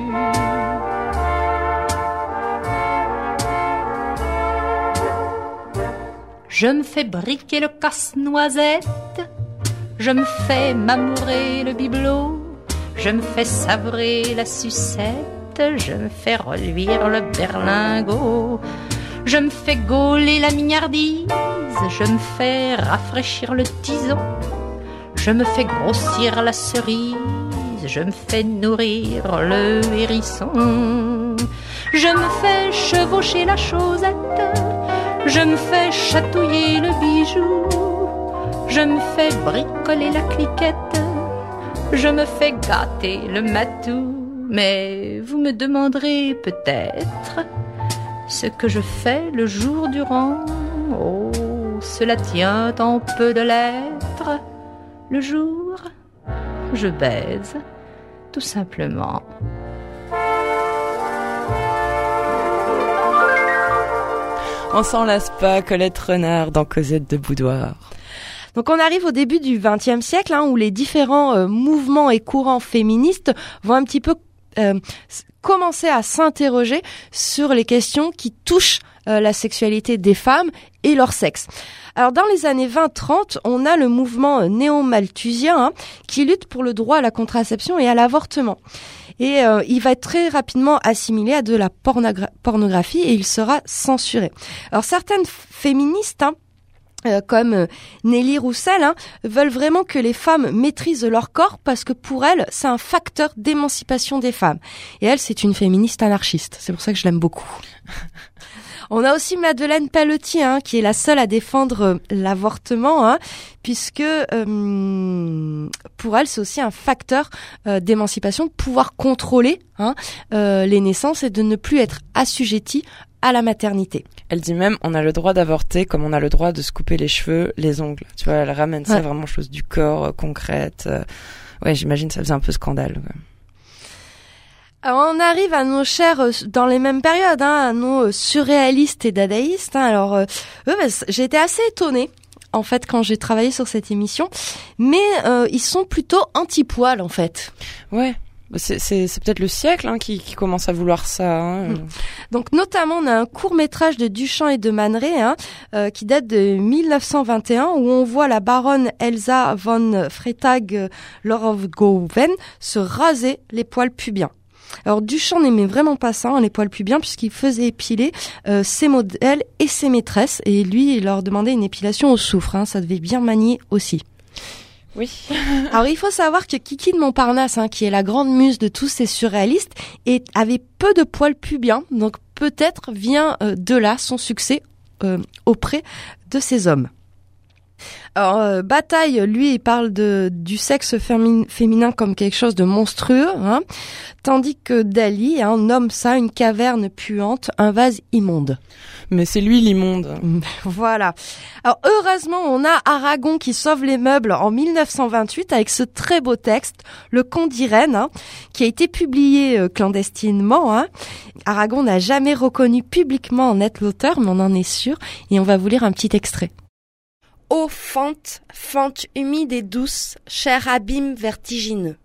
Je me fais briquer le casse-noisette, je me fais m'amourer le bibelot, je me fais savrer la sucette, je me fais reluire le berlingot, je me fais gauler la mignardise, je me fais rafraîchir le tison, je me fais grossir la cerise, je me fais nourrir le hérisson, je me fais chevaucher la chaussette, je me fais chatouiller le bijou, Je me fais bricoler la cliquette, je me fais gâter le matou. Mais vous me demanderez peut-être ce que je fais le jour durant. Oh, cela tient en peu de lettres. Le jour, je baise, tout simplement. On s'en lasse pas, Colette Renard dans Cosette de Boudoir. Donc on arrive au début du XXe siècle, où les différents mouvements et courants féministes vont un petit peu commencer à s'interroger sur les questions qui touchent la sexualité des femmes et leur sexe. Alors dans les années 20-30, on a le mouvement néo-malthusien qui lutte pour le droit à la contraception et à l'avortement. Et il va être très rapidement assimilé à de la pornographie et il sera censuré. Alors certaines féministes comme Nelly Roussel, veulent vraiment que les femmes maîtrisent leur corps parce que pour elles, c'est un facteur d'émancipation des femmes. Et elle, c'est une féministe anarchiste. C'est pour ça que je l'aime beaucoup. On a aussi Madeleine Pelletier, qui est la seule à défendre l'avortement, puisque pour elle, c'est aussi un facteur d'émancipation, de pouvoir contrôler les naissances et de ne plus être assujettie à la maternité. Elle dit même, on a le droit d'avorter comme on a le droit de se couper les cheveux, les ongles. Tu vois, elle ramène ça vraiment chose du corps, concrète. Ouais, j'imagine ça faisait un peu scandale. Ouais. Alors, on arrive à nos chers, dans les mêmes périodes, à nos surréalistes et dadaïstes. Alors, j'ai été assez étonnée, en fait, quand j'ai travaillé sur cette émission. Mais ils sont plutôt anti-poil, en fait. Ouais. C'est peut-être le siècle qui commence à vouloir ça. Donc notamment on a un court-métrage de Duchamp et de Man Ray qui date de 1921 où on voit la baronne Elsa von Freytag-Lorhoven se raser les poils pubiens. Alors Duchamp n'aimait vraiment pas ça, les poils pubiens, puisqu'il faisait épiler ses modèles et ses maîtresses, et lui il leur demandait une épilation au soufre, ça devait bien manier aussi. Oui. Alors il faut savoir que Kiki de Montparnasse, qui est la grande muse de tous ces surréalistes, avait peu de poils pubiens, donc peut-être vient de là son succès auprès de ces hommes. Alors Bataille, lui, il parle du sexe féminin comme quelque chose de monstrueux, tandis que Dali nomme ça une caverne puante, un vase immonde. Mais c'est lui l'immonde. Voilà. Alors heureusement, on a Aragon qui sauve les meubles en 1928 avec ce très beau texte, Le Conte d'Irène, qui a été publié clandestinement. Aragon n'a jamais reconnu publiquement en être l'auteur, mais on en est sûr, et on va vous lire un petit extrait. Ô fente, fente humide et douce, cher abîme vertigineux.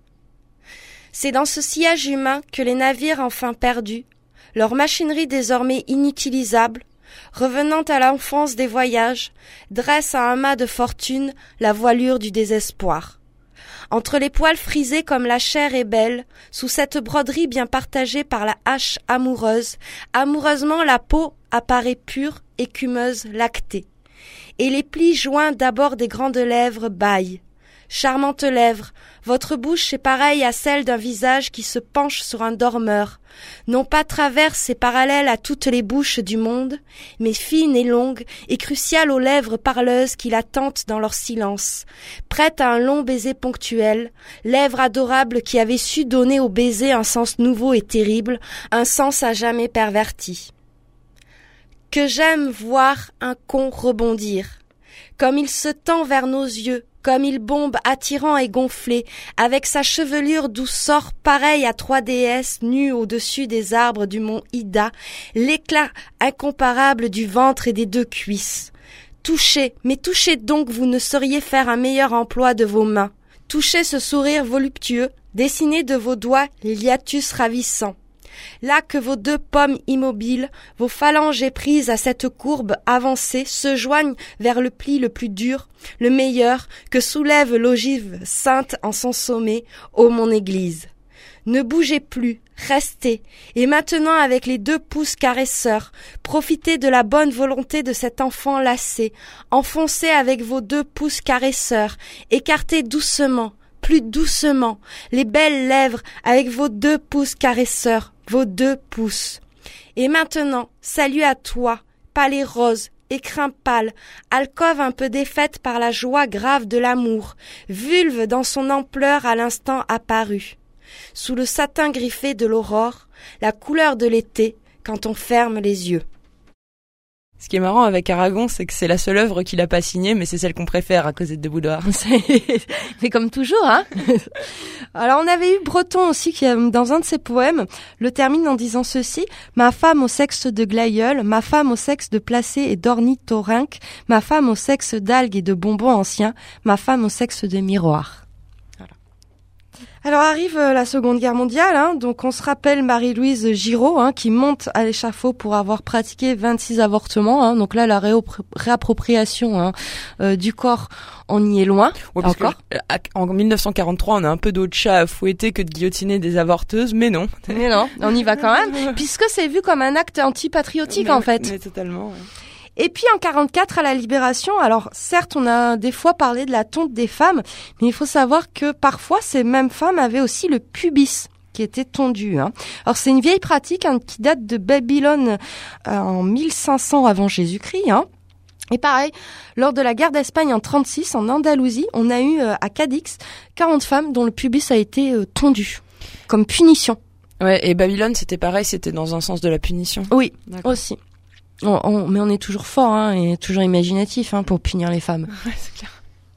C'est dans ce sillage humain que les navires enfin perdus, leur machinerie désormais inutilisable, revenant à l'enfance des voyages, dressent à un mât de fortune la voilure du désespoir. Entre les poils frisés comme la chair est belle, sous cette broderie bien partagée par la hache amoureuse, amoureusement la peau apparaît pure, écumeuse, lactée. Et les plis joints d'abord des grandes lèvres bâillent. Charmantes lèvres, votre bouche est pareille à celle d'un visage qui se penche sur un dormeur, non pas traverse et parallèle à toutes les bouches du monde, mais fine et longue et cruciale aux lèvres parleuses qui l'attendent dans leur silence, prête à un long baiser ponctuel, lèvres adorables qui avaient su donner au baiser un sens nouveau et terrible, un sens à jamais perverti. Que j'aime voir un con rebondir, comme il se tend vers nos yeux, comme il bombe attirant et gonflé, avec sa chevelure d'où sort pareille à 3 déesses nues au-dessus des arbres du mont Ida, l'éclat incomparable du ventre et des 2 cuisses. Touchez, mais touchez donc, vous ne sauriez faire un meilleur emploi de vos mains. Touchez ce sourire voluptueux, dessinez de vos doigts l'hiatus ravissant. Là que vos 2 pommes immobiles, vos phalanges éprises à cette courbe avancée se joignent vers le pli le plus dur, le meilleur, que soulève l'ogive sainte en son sommet, ô mon église. Ne bougez plus, restez, et maintenant avec les 2 pouces caresseurs, profitez de la bonne volonté de cet enfant lassé, enfoncez avec vos 2 pouces caresseurs, écartez doucement, plus doucement, les belles lèvres avec vos 2 pouces caresseurs, vos 2 pouces. Et maintenant, salut à toi, palais rose, écrin pâle, alcôve un peu défaite par la joie grave de l'amour, vulve dans son ampleur à l'instant apparue. Sous le satin griffé de l'aurore, la couleur de l'été, quand on ferme les yeux. Ce qui est marrant avec Aragon, c'est que c'est la seule œuvre qu'il a pas signée, mais c'est celle qu'on préfère à Cosette de Boudoir. Mais comme toujours, hein. Alors, on avait eu Breton aussi, qui, dans un de ses poèmes, le termine en disant ceci: ma femme au sexe de glaïeul, ma femme au sexe de placé et d'ornithorynque, ma femme au sexe d'algues et de bonbons anciens, ma femme au sexe de miroir. Alors arrive la Seconde Guerre mondiale, hein, donc on se rappelle Marie-Louise Giraud, hein, qui monte à l'échafaud pour avoir pratiqué 26 avortements. Hein, donc là, la réappropriation du corps, on y est loin. Ouais, parce encore. En 1943, on a un peu d'autres chats à fouetter que de guillotiner des avorteuses, mais non. Mais non, on y va quand même, puisque c'est vu comme un acte antipatriotique en fait. Mais totalement. Ouais. Et puis en 44 à la Libération, alors certes on a des fois parlé de la tonte des femmes, mais il faut savoir que parfois ces mêmes femmes avaient aussi le pubis qui était tondu. Hein. Alors c'est une vieille pratique qui date de Babylone en 1500 avant Jésus-Christ. Hein. Et pareil, lors de la guerre d'Espagne en 36 en Andalousie, on a eu à Cadix 40 femmes dont le pubis a été tondu comme punition. Ouais, et Babylone c'était pareil, c'était dans un sens de la punition. Oui, aussi. Mais on est toujours fort hein, et toujours imaginatif hein, pour punir les femmes. Ouais, c'est clair.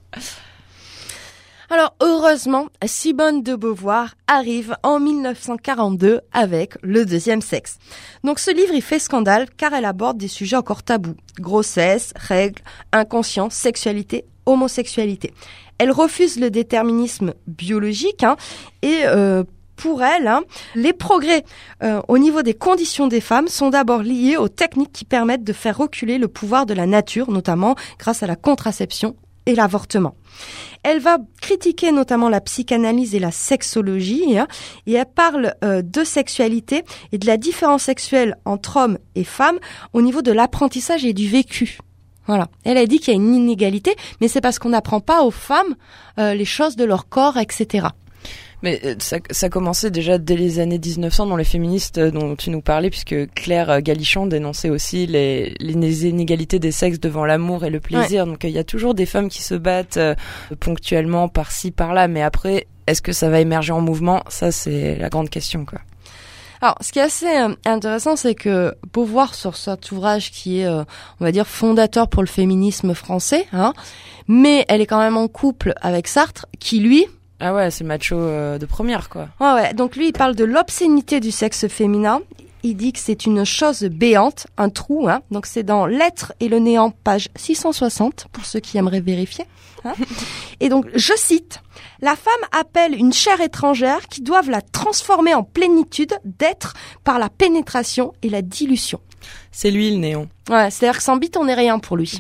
Alors heureusement, Simone de Beauvoir arrive en 1942 avec Le deuxième sexe. Donc ce livre il fait scandale car elle aborde des sujets encore tabous. Grossesse, règles, inconscient, sexualité, homosexualité. Elle refuse le déterminisme biologique hein, et pour elle, hein, les progrès au niveau des conditions des femmes sont d'abord liés aux techniques qui permettent de faire reculer le pouvoir de la nature, notamment grâce à la contraception et l'avortement. Elle va critiquer notamment la psychanalyse et la sexologie, hein, et elle parle de sexualité et de la différence sexuelle entre hommes et femmes au niveau de l'apprentissage et du vécu. Voilà. Elle a dit qu'il y a une inégalité, mais c'est parce qu'on n'apprend pas aux femmes les choses de leur corps, etc. Mais ça commençait déjà dès les années 1900 dans les féministes dont tu nous parlais, puisque Claire Galichon dénonçait aussi les inégalités des sexes devant l'amour et le plaisir. Ouais. Donc il y a toujours des femmes qui se battent ponctuellement par-ci, par-là, mais après, est-ce que ça va émerger en mouvement ? Ça, c'est la grande question, quoi. Alors, ce qui est assez intéressant, c'est que Beauvoir, sur cet ouvrage qui est, on va dire, fondateur pour le féminisme français, hein, mais elle est quand même en couple avec Sartre, qui lui... Ah ouais, c'est macho de première, quoi. Ouais. Donc lui, il parle de l'obscénité du sexe féminin. Il dit que c'est une chose béante, un trou. Hein. Donc c'est dans L'être et le néant, page 660, pour ceux qui aimeraient vérifier. Hein. Et donc, je cite, « La femme appelle une chair étrangère qui doivent la transformer en plénitude d'être par la pénétration et la dilution. » C'est lui le néant. Ouais, c'est-à-dire que sans bite, on n'est rien pour lui.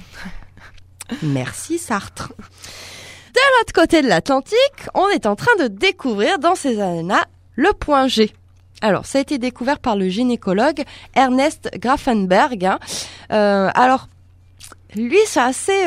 Merci Sartre. De l'autre côté de l'Atlantique, on est en train de découvrir dans ces années-là le point G. Alors, ça a été découvert par le gynécologue Ernest Grafenberg. Hein. Alors, lui, c'est assez...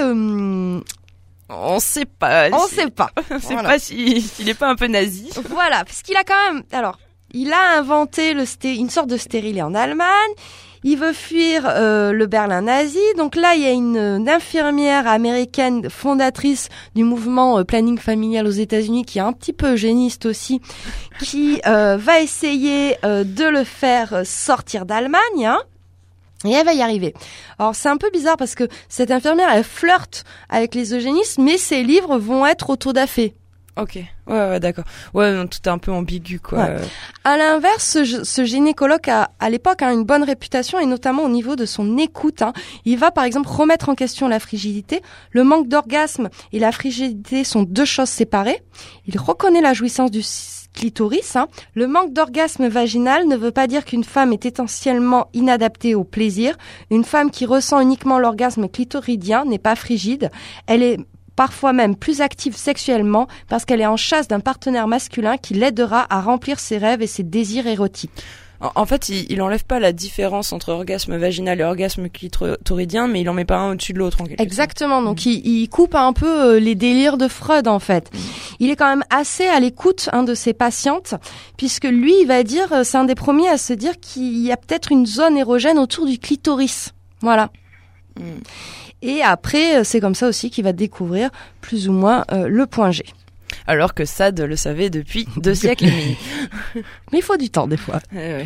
On sait pas. On sait pas. On sait pas s'il est pas un peu nazi. Voilà, parce qu'il a quand même... Alors, il a inventé une sorte de stérilet en Allemagne. Il veut fuir le Berlin nazi. Donc là, il y a une infirmière américaine fondatrice du mouvement planning familial aux États-Unis qui est un petit peu eugéniste aussi, qui va essayer de le faire sortir d'Allemagne. Hein. Et elle va y arriver. Alors c'est un peu bizarre parce que cette infirmière, elle flirte avec les eugénistes, mais ses livres vont être autodafés. Ok, ouais, d'accord. Ouais, non, tout est un peu ambigu, quoi. Ouais. À l'inverse, ce gynécologue a, à l'époque, une bonne réputation, et notamment au niveau de son écoute. Hein. Il va, par exemple, remettre en question la frigidité. Le manque d'orgasme et la frigidité sont deux choses séparées. Il reconnaît la jouissance du clitoris. Hein. Le manque d'orgasme vaginal ne veut pas dire qu'une femme est essentiellement inadaptée au plaisir. Une femme qui ressent uniquement l'orgasme clitoridien n'est pas frigide. Elle est parfois même plus active sexuellement parce qu'elle est en chasse d'un partenaire masculin qui l'aidera à remplir ses rêves et ses désirs érotiques. En fait, il enlève pas la différence entre orgasme vaginal et orgasme clitoridien, mais il en met pas un au-dessus de l'autre en quelque sorte. Exactement, donc il coupe un peu les délires de Freud en fait. Il est quand même assez à l'écoute de ses patientes, puisque lui, il va dire, c'est un des premiers à se dire qu'il y a peut-être une zone érogène autour du clitoris. Voilà. Et après, c'est comme ça aussi qu'il va découvrir plus ou moins le point G. Alors que Sade le savait depuis 2 siècles et demi. Mais il faut du temps des fois. Ouais.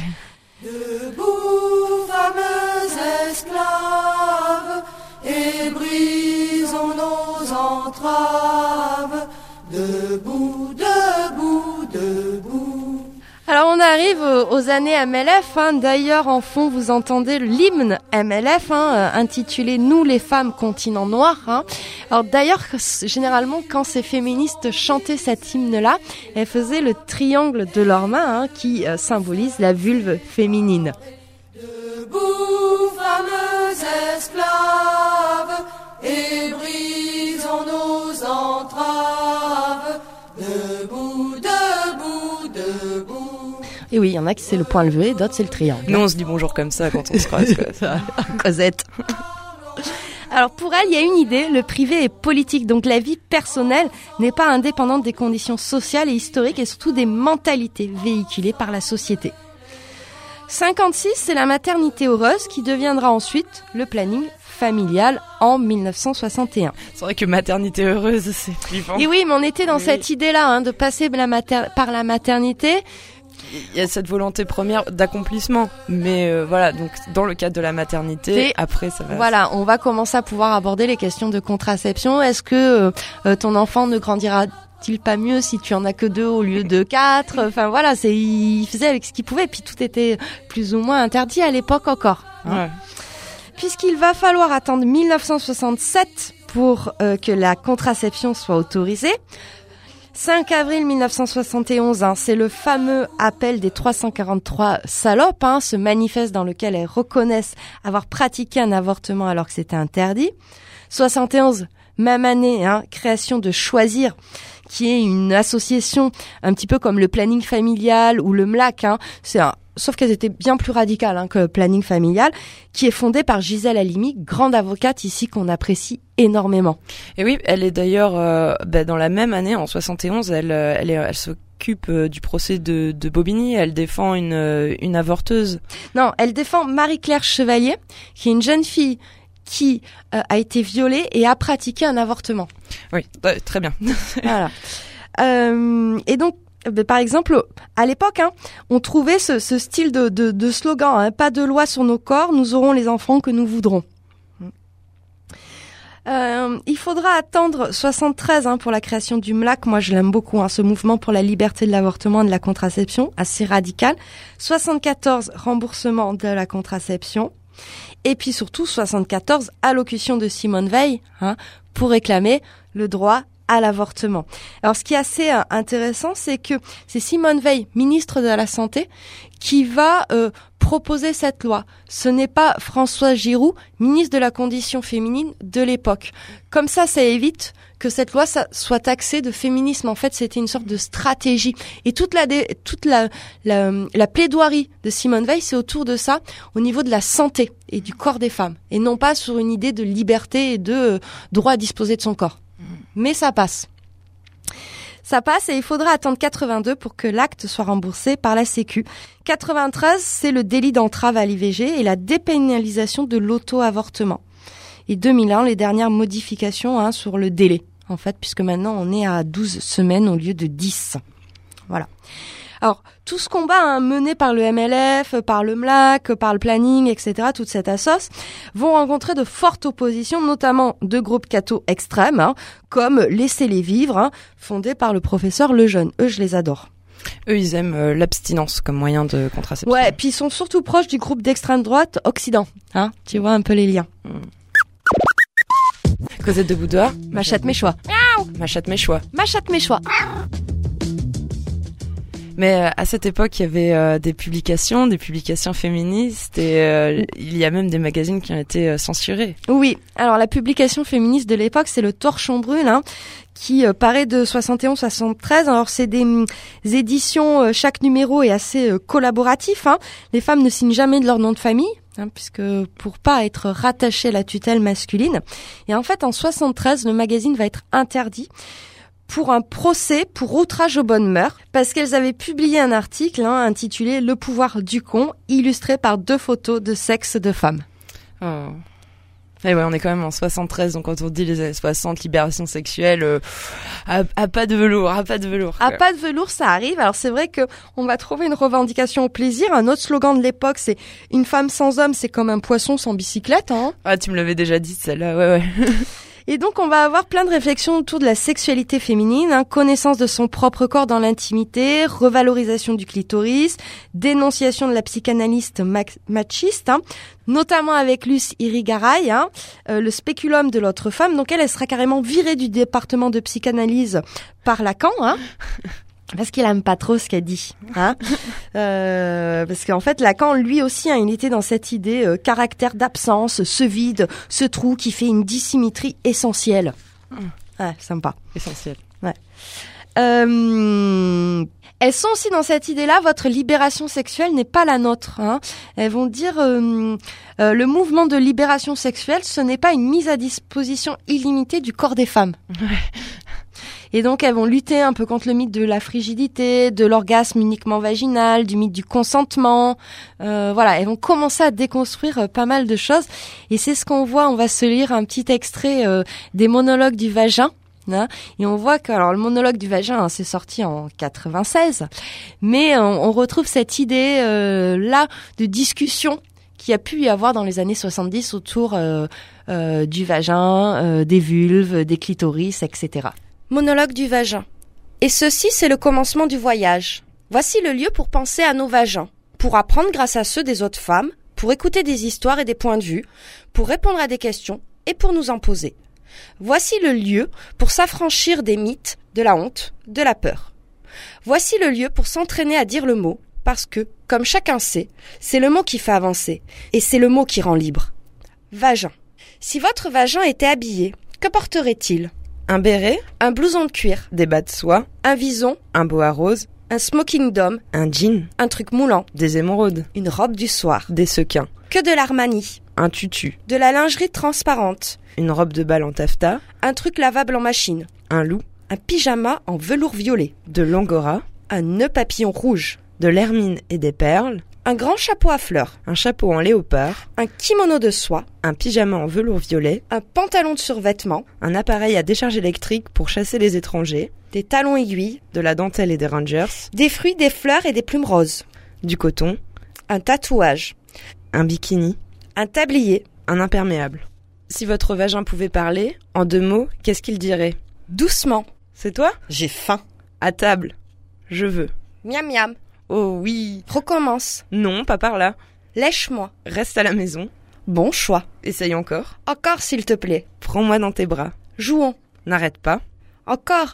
Debout, fameux esclaves, et brisons nos entraves. Debout, debout, debout. Alors on arrive aux années MLF, D'ailleurs en fond vous entendez l'hymne MLF, intitulé Nous les femmes continent noir, Alors d'ailleurs généralement quand ces féministes chantaient cet hymne-là, elles faisaient le triangle de leurs mains, qui symbolise la vulve féminine. Debout, fameux esclaves, et brisons nos entraves. Debout, debout, debout. Et oui, il y en a qui c'est le point levé, d'autres c'est le triangle. Nous on se dit bonjour comme ça quand on se croise. Cosette. Alors pour elle, il y a une idée, le privé est politique, donc la vie personnelle n'est pas indépendante des conditions sociales et historiques et surtout des mentalités véhiculées par la société. 56, c'est la maternité heureuse qui deviendra ensuite le planning familial en 1961. C'est vrai que maternité heureuse, c'est flippant. Et oui, mais on était dans cette idée-là, de passer par la maternité. Il y a cette volonté première d'accomplissement, mais voilà, donc dans le cadre de la maternité, après ça va... Voilà, on va commencer à pouvoir aborder les questions de contraception. Est-ce que ton enfant ne grandira-t-il pas mieux si tu en as que 2 au lieu de 4 ? Enfin voilà, il faisait avec ce qu'il pouvait, puis tout était plus ou moins interdit à l'époque encore. Ouais. Puisqu'il va falloir attendre 1967 pour que la contraception soit autorisée. 5 avril 1971, c'est le fameux appel des 343 salopes, ce manifeste dans lequel elles reconnaissent avoir pratiqué un avortement alors que c'était interdit. 71, même année, création de Choisir, qui est une association un petit peu comme le planning familial ou le MLAC, sauf qu'elles étaient bien plus radicales que le planning familial, qui est fondée par Gisèle Halimi, grande avocate ici qu'on apprécie énormément. Et oui, elle est d'ailleurs dans la même année, en 71, elle s'occupe du procès de Bobigny. Elle défend une avorteuse. Non, elle défend Marie-Claire Chevalier, qui est une jeune fille qui a été violée et a pratiqué un avortement. Oui, très bien. Voilà. Et donc, par exemple, à l'époque, on trouvait ce style de slogan, pas de loi sur nos corps, nous aurons les enfants que nous voudrons. Il faudra attendre 73 pour la création du MLAC. Moi, je l'aime beaucoup, ce mouvement pour la liberté de l'avortement et de la contraception, assez radical. 74, remboursement de la contraception. Et puis surtout, 74, allocution de Simone Veil, pour réclamer le droit à l'avortement. Alors, ce qui est assez intéressant, c'est que c'est Simone Veil, ministre de la Santé, qui va proposer cette loi. Ce n'est pas François Giroud, ministre de la Condition féminine de l'époque. Comme ça évite que cette loi soit taxée de féminisme. En fait, c'était une sorte de stratégie. Et toute la plaidoirie de Simone Veil, c'est autour de ça, au niveau de la santé et du corps des femmes, et non pas sur une idée de liberté et de droit à disposer de son corps. Mais ça passe. Ça passe et il faudra attendre 82 pour que l'acte soit remboursé par la Sécu. 93, c'est le délit d'entrave à l'IVG et la dépénalisation de l'auto-avortement. Et 2001, les dernières modifications sur le délai, en fait, puisque maintenant on est à 12 semaines au lieu de 10. Voilà. Alors, tout ce combat mené par le MLF, par le MLAC, par le planning, etc., toute cette assoce, vont rencontrer de fortes oppositions, notamment de groupes cathos extrêmes, comme Laissez-les vivre, fondé par le professeur Lejeune. Eux, je les adore. Eux, ils aiment l'abstinence comme moyen de contraception. Ouais, puis ils sont surtout proches du groupe d'extrême droite Occident. Tu vois un peu les liens. Cosette de Boudoir. Ma chatte, mes choix. Ma chatte, mes choix. Ma chatte, mes choix. Mais à cette époque, il y avait des publications féministes et il y a même des magazines qui ont été censurés. Oui, alors la publication féministe de l'époque, c'est le Torchon Brûle, qui paraît de 71-73. Alors c'est des éditions, chaque numéro est assez collaboratif. Les femmes ne signent jamais de leur nom de famille. Puisque pour pas être rattachées à la tutelle masculine. Et en fait, en 73, le magazine va être interdit pour un procès pour outrage aux bonnes mœurs, parce qu'elles avaient publié un article intitulé « Le pouvoir du con », illustré par 2 photos de sexe de femmes. Oh. Et ouais, on est quand même en 73, donc quand on dit les années 60, libération sexuelle, à pas de velours, à pas de velours. À pas de velours, ça arrive. Alors c'est vrai que on va trouver une revendication au plaisir. Un autre slogan de l'époque, c'est une femme sans homme, c'est comme un poisson sans bicyclette. Hein. Ah, tu me l'avais déjà dit celle-là, ouais. Et donc, on va avoir plein de réflexions autour de la sexualité féminine, hein, connaissance de son propre corps dans l'intimité, revalorisation du clitoris, dénonciation de la psychanalyste machiste, hein, notamment avec Luce Irigaray, hein, le spéculum de l'autre femme. Donc, elle sera carrément virée du département de psychanalyse par Lacan, hein. Parce qu'il aime pas trop ce qu'elle dit, hein. Parce qu'en fait, Lacan, lui aussi, hein, il était dans cette idée caractère d'absence, ce vide, ce trou qui fait une dissymétrie essentielle. Ouais, sympa. Essentiel. Ouais. Elles sont aussi dans cette idée-là, votre libération sexuelle n'est pas la nôtre. Hein. Elles vont dire le mouvement de libération sexuelle, ce n'est pas une mise à disposition illimitée du corps des femmes. Ouais. Et donc, elles vont lutter un peu contre le mythe de la frigidité, de l'orgasme uniquement vaginal, du mythe du consentement. Voilà, elles vont commencer à déconstruire pas mal de choses. Et c'est ce qu'on voit. On va se lire un petit extrait des monologues du vagin. Hein, et on voit que alors le monologue du vagin, hein, c'est sorti en 96. Mais on retrouve cette idée là de discussion qu'il y a pu y avoir dans les années 70 autour du vagin, des vulves, des clitoris, etc. Monologue du vagin. Et ceci, c'est le commencement du voyage. Voici le lieu pour penser à nos vagins, pour apprendre grâce à ceux des autres femmes, pour écouter des histoires et des points de vue, pour répondre à des questions et pour nous en poser. Voici le lieu pour s'affranchir des mythes, de la honte, de la peur. Voici le lieu pour s'entraîner à dire le mot, parce que, comme chacun sait, c'est le mot qui fait avancer, et c'est le mot qui rend libre. Vagin. Si votre vagin était habillé, que porterait-il ? Un béret, Un blouson de cuir, des bas de soie, un vison, un boa rose, un smoking d'homme, un jean, un truc moulant, des émeraudes, une robe du soir, des sequins, que de l'Armani, un tutu, de la lingerie transparente, une robe de bal en taffetas, un truc lavable en machine, un loup, un pyjama en velours violet, de l'angora, un nœud papillon rouge, de l'hermine et des perles, un grand chapeau à fleurs, un chapeau en léopard, un kimono de soie, un pyjama en velours violet, un pantalon de survêtement, un appareil à décharge électrique pour chasser les étrangers, des talons aiguilles, de la dentelle et des rangers, des fruits, des fleurs et des plumes roses, du coton, un tatouage, un bikini, un tablier, un imperméable. Si votre vagin pouvait parler, en 2 mots, qu'est-ce qu'il dirait ? doucement, C'est toi ? j'ai faim, À table. Je veux. miam miam, Oh oui. recommence, Non, pas par là. lèche-moi, Reste à la maison. bon choix, Essaye encore. encore s'il te plaît, Prends-moi dans tes bras. jouons, N'arrête pas. encore,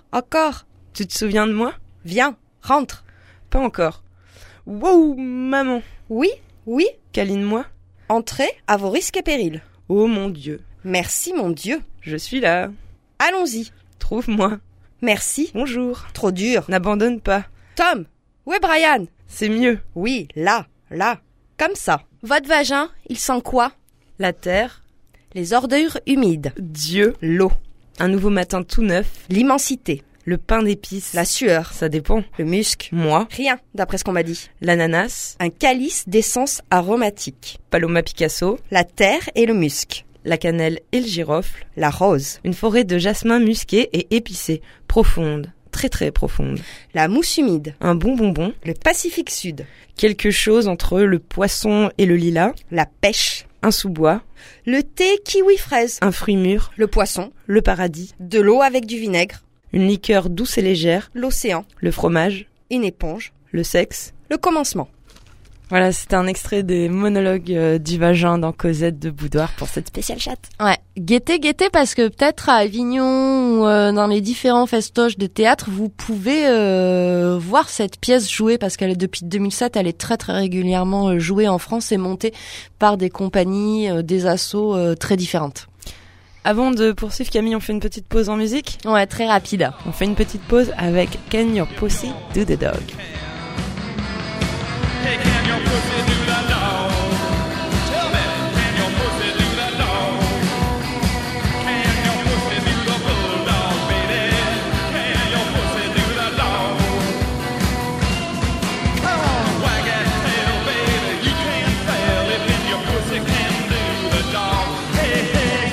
Tu te souviens de moi ? viens, rentre, Pas encore. Wow, maman. oui, Câline-moi. entrez à vos risques et périls, Oh mon Dieu. merci mon Dieu, Je suis là. allons-y, Trouve-moi. merci, Bonjour. trop dur, N'abandonne pas. Tom, où est Brian ? C'est mieux. Oui, là, comme ça. Votre vagin, il sent quoi ? La terre. Les ordures humides, Dieu. l'eau, Un nouveau matin tout neuf. l'immensité, Le pain d'épices. la sueur, Ça dépend. le musc, Moi. rien, d'après ce qu'on m'a dit. L'ananas. Un calice d'essence aromatique, Paloma Picasso. la terre et le musc, La cannelle et le girofle. la rose, Une forêt de jasmin musqué et épicé. Profonde. Très très profonde. la mousse humide, Un bon bonbon. le Pacifique Sud, Quelque chose entre le poisson et le lilas. la pêche, Un sous-bois. le thé kiwi-fraise, Un fruit mûr. le poisson, Le paradis. de l'eau avec du vinaigre, Une liqueur douce et légère. l'océan, Le fromage. une éponge, Le sexe. le commencement. Voilà, c'était un extrait des monologues du vagin dans Cosette de Boudoir pour cette spéciale chatte. Ouais, guettez parce que peut-être à Avignon ou dans les différents festoches de théâtre, vous pouvez voir cette pièce jouée parce qu'elle est depuis 2007, elle est très très régulièrement jouée en France et montée par des compagnies, des assos très différentes. Avant de poursuivre, Camille, on fait une petite pause en musique. Ouais, très rapide. On fait une petite pause avec Can Your Pussy Do The Dog. Hey, can your pussy do the dog? Tell me, can your pussy do the dog? Can your pussy do the bulldog, baby? Can your pussy do the dog? Come on, wag that tail, baby. You can't fail if your pussy can do the dog. Hey, hey,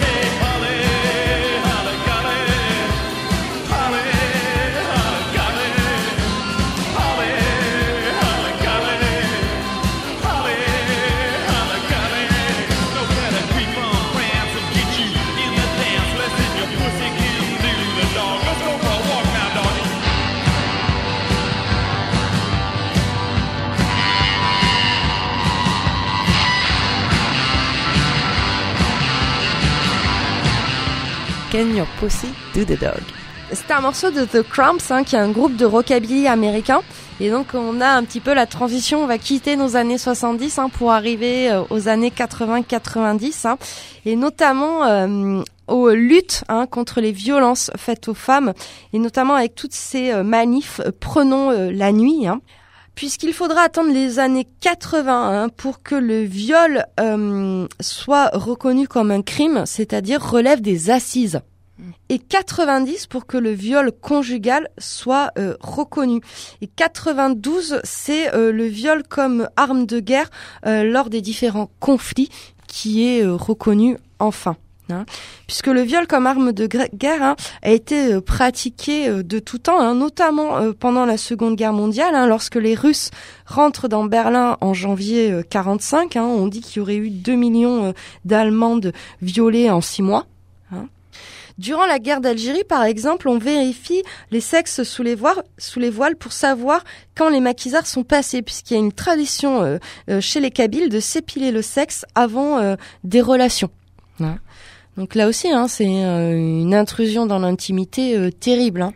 Can Your Pussy Do the Dog. C'était un morceau de The Cramps, qui est un groupe de rockabilly américain. Et donc on a un petit peu la transition, on va quitter nos années 70 pour arriver aux années 80-90, et notamment aux luttes contre les violences faites aux femmes, et notamment avec toutes ces manifs Prenons la nuit. Puisqu'il faudra attendre les années 80 pour que le viol soit reconnu comme un crime, c'est-à-dire relève des assises. Et 90 pour que le viol conjugal soit reconnu. Et 92, c'est le viol comme arme de guerre lors des différents conflits qui est reconnu enfin. Puisque le viol comme arme de guerre a été pratiqué de tout temps, notamment pendant la Seconde Guerre mondiale, lorsque les Russes rentrent dans Berlin en janvier 45. On dit qu'il y aurait eu 2 millions d'Allemandes violées en 6 mois. Durant la guerre d'Algérie, par exemple, on vérifie les sexes sous les voiles pour savoir quand les maquisards sont passés, puisqu'il y a une tradition chez les Kabyles de s'épiler le sexe avant des relations. Donc là aussi, c'est une intrusion dans l'intimité terrible.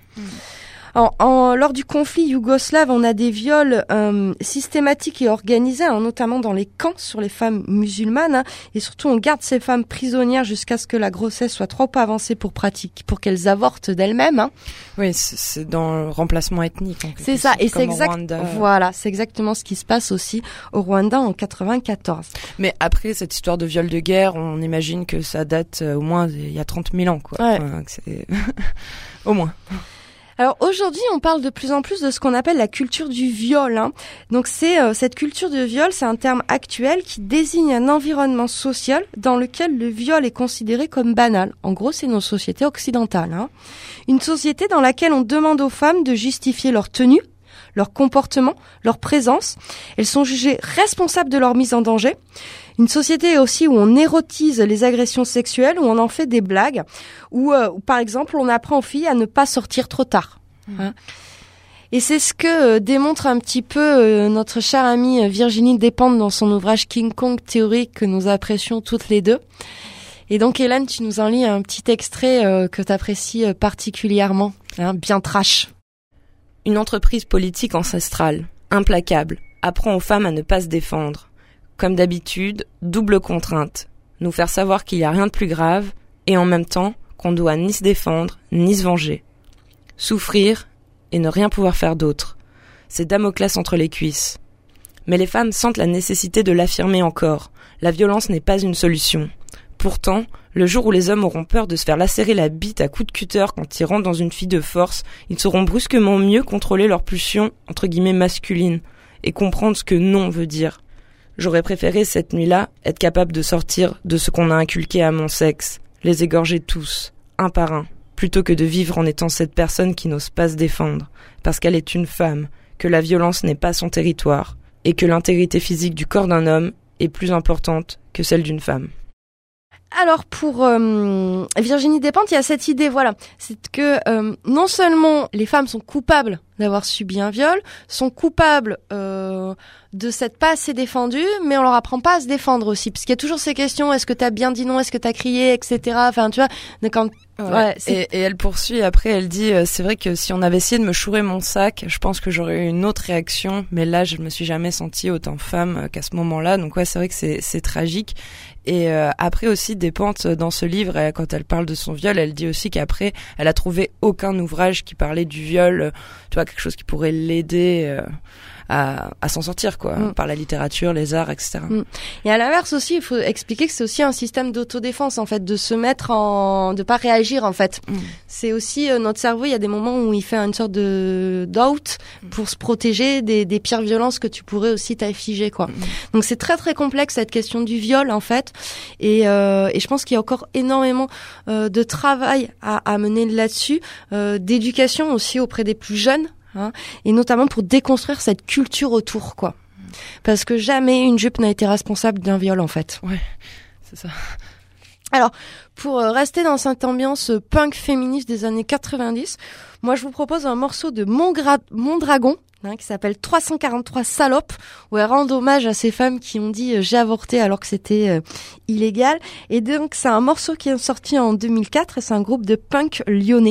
Lors du conflit yougoslave, on a des viols systématiques et organisés, notamment dans les camps sur les femmes musulmanes, et surtout on garde ces femmes prisonnières jusqu'à ce que la grossesse soit trop avancée pour qu'elles avortent d'elles-mêmes. Oui, c'est dans le remplacement ethnique. C'est ça, et c'est c'est exactement ce qui se passe aussi au Rwanda en 94. Mais après cette histoire de viol de guerre, on imagine que ça date au moins il y a 30 000 ans, quoi. Ouais. C'est au moins. Alors aujourd'hui, on parle de plus en plus de ce qu'on appelle la culture du viol. Donc cette culture de viol, c'est un terme actuel qui désigne un environnement social dans lequel le viol est considéré comme banal. En gros, c'est nos sociétés occidentales. Une société dans laquelle on demande aux femmes de justifier leur tenue, leur comportement, leur présence. Elles sont jugées responsables de leur mise en danger. Une société aussi où on érotise les agressions sexuelles, où on en fait des blagues, où par exemple on apprend aux filles à ne pas sortir trop tard. Et c'est ce que démontre un petit peu notre chère amie Virginie Despentes dans son ouvrage King Kong théorique que nous apprécions toutes les deux. Et donc Hélène, tu nous en lis un petit extrait que tu apprécies particulièrement, bien trash. Une entreprise politique ancestrale, implacable, apprend aux femmes à ne pas se défendre. Comme d'habitude, double contrainte, nous faire savoir qu'il n'y a rien de plus grave, et en même temps qu'on doit ni se défendre, ni se venger. Souffrir, et ne rien pouvoir faire d'autre. C'est Damoclès entre les cuisses. Mais les femmes sentent la nécessité de l'affirmer encore. La violence n'est pas une solution. Pourtant, le jour où les hommes auront peur de se faire lacérer la bite à coups de cutter quand ils rentrent dans une fille de force, ils sauront brusquement mieux contrôler leur pulsion, entre guillemets, masculine, et comprendre ce que non veut dire. J'aurais préféré, cette nuit-là, être capable de sortir de ce qu'on a inculqué à mon sexe, les égorger tous, un par un, plutôt que de vivre en étant cette personne qui n'ose pas se défendre, parce qu'elle est une femme, que la violence n'est pas son territoire, et que l'intégrité physique du corps d'un homme est plus importante que celle d'une femme. Alors pour Virginie Despentes, il y a cette idée, c'est que non seulement les femmes sont coupables d'avoir subi un viol, sont coupables de s'être pas assez défendues, mais on leur apprend pas à se défendre aussi, parce qu'il y a toujours ces questions, est-ce que t'as bien dit non, est-ce que t'as crié, etc. Enfin, tu vois, quand et elle poursuit après, elle dit c'est vrai que si on avait essayé de me chourer mon sac, je pense que j'aurais eu une autre réaction, mais là je me suis jamais sentie autant femme qu'à ce moment-là, donc c'est vrai que c'est tragique. Et après aussi, Despentes, dans ce livre, quand elle parle de son viol, elle dit aussi qu'après, elle a trouvé aucun ouvrage qui parlait du viol, tu vois, quelque chose qui pourrait l'aider à s'en sortir, quoi, par la littérature, les arts, etc. Et à l'inverse aussi, il faut expliquer que c'est aussi un système d'autodéfense, en fait, de se mettre de pas réagir, en fait. C'est aussi notre cerveau, il y a des moments où il fait une sorte de doubt pour se protéger des pires violences que tu pourrais aussi t'infliger, quoi. Donc c'est très très complexe cette question du viol, en fait. Et je pense qu'il y a encore énormément de travail à mener là-dessus, d'éducation aussi auprès des plus jeunes. Et notamment pour déconstruire cette culture autour, quoi. Parce que jamais une jupe n'a été responsable d'un viol, en fait. Ouais, c'est ça. Alors, pour rester dans cette ambiance punk féministe des années 90, moi je vous propose un morceau de Mondragon, qui s'appelle 343 salopes, où elle rend hommage à ces femmes qui ont dit j'ai avorté alors que c'était illégal. Et donc c'est un morceau qui est sorti en 2004 et c'est un groupe de punk lyonnais.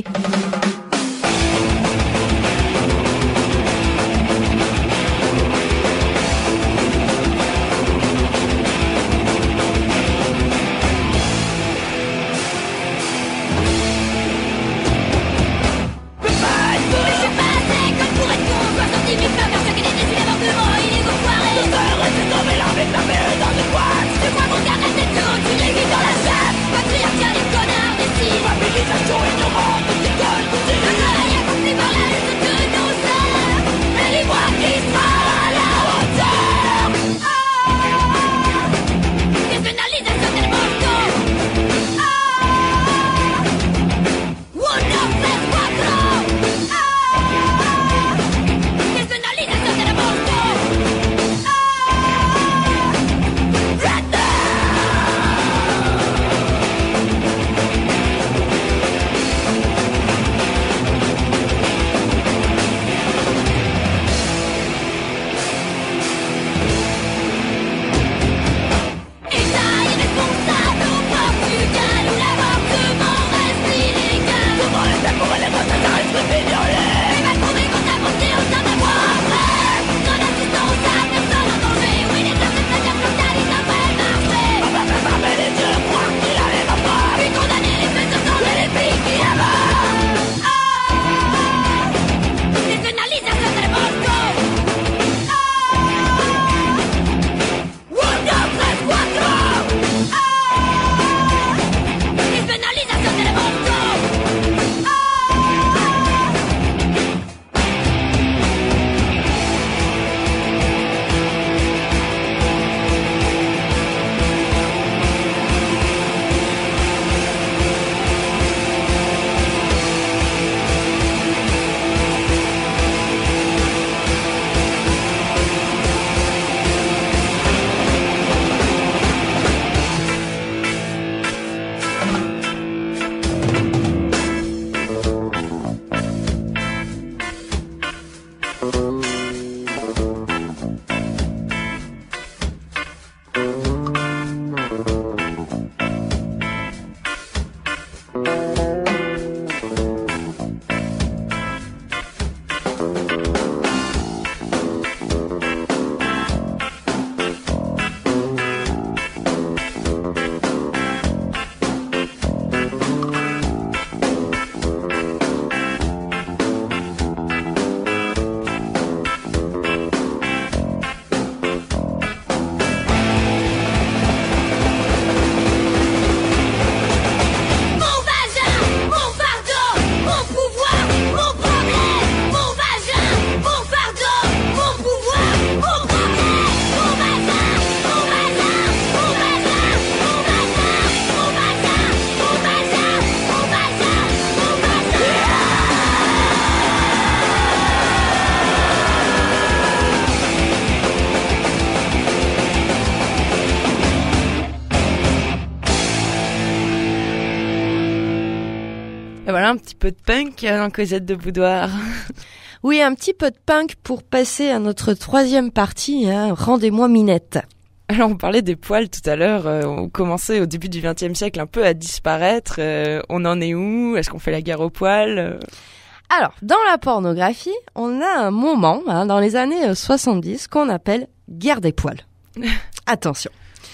Et voilà un petit peu de punk dans Cosette de Boudoir. Oui, un petit peu de punk pour passer à notre troisième partie, Rendez-moi Minette. Alors on parlait des poils tout à l'heure, on commençait au début du XXe siècle un peu à disparaître, on en est où? Est-ce qu'on fait la guerre aux poils? Alors, dans la pornographie, on a un moment, dans les années 70, qu'on appelle guerre des poils. Attention.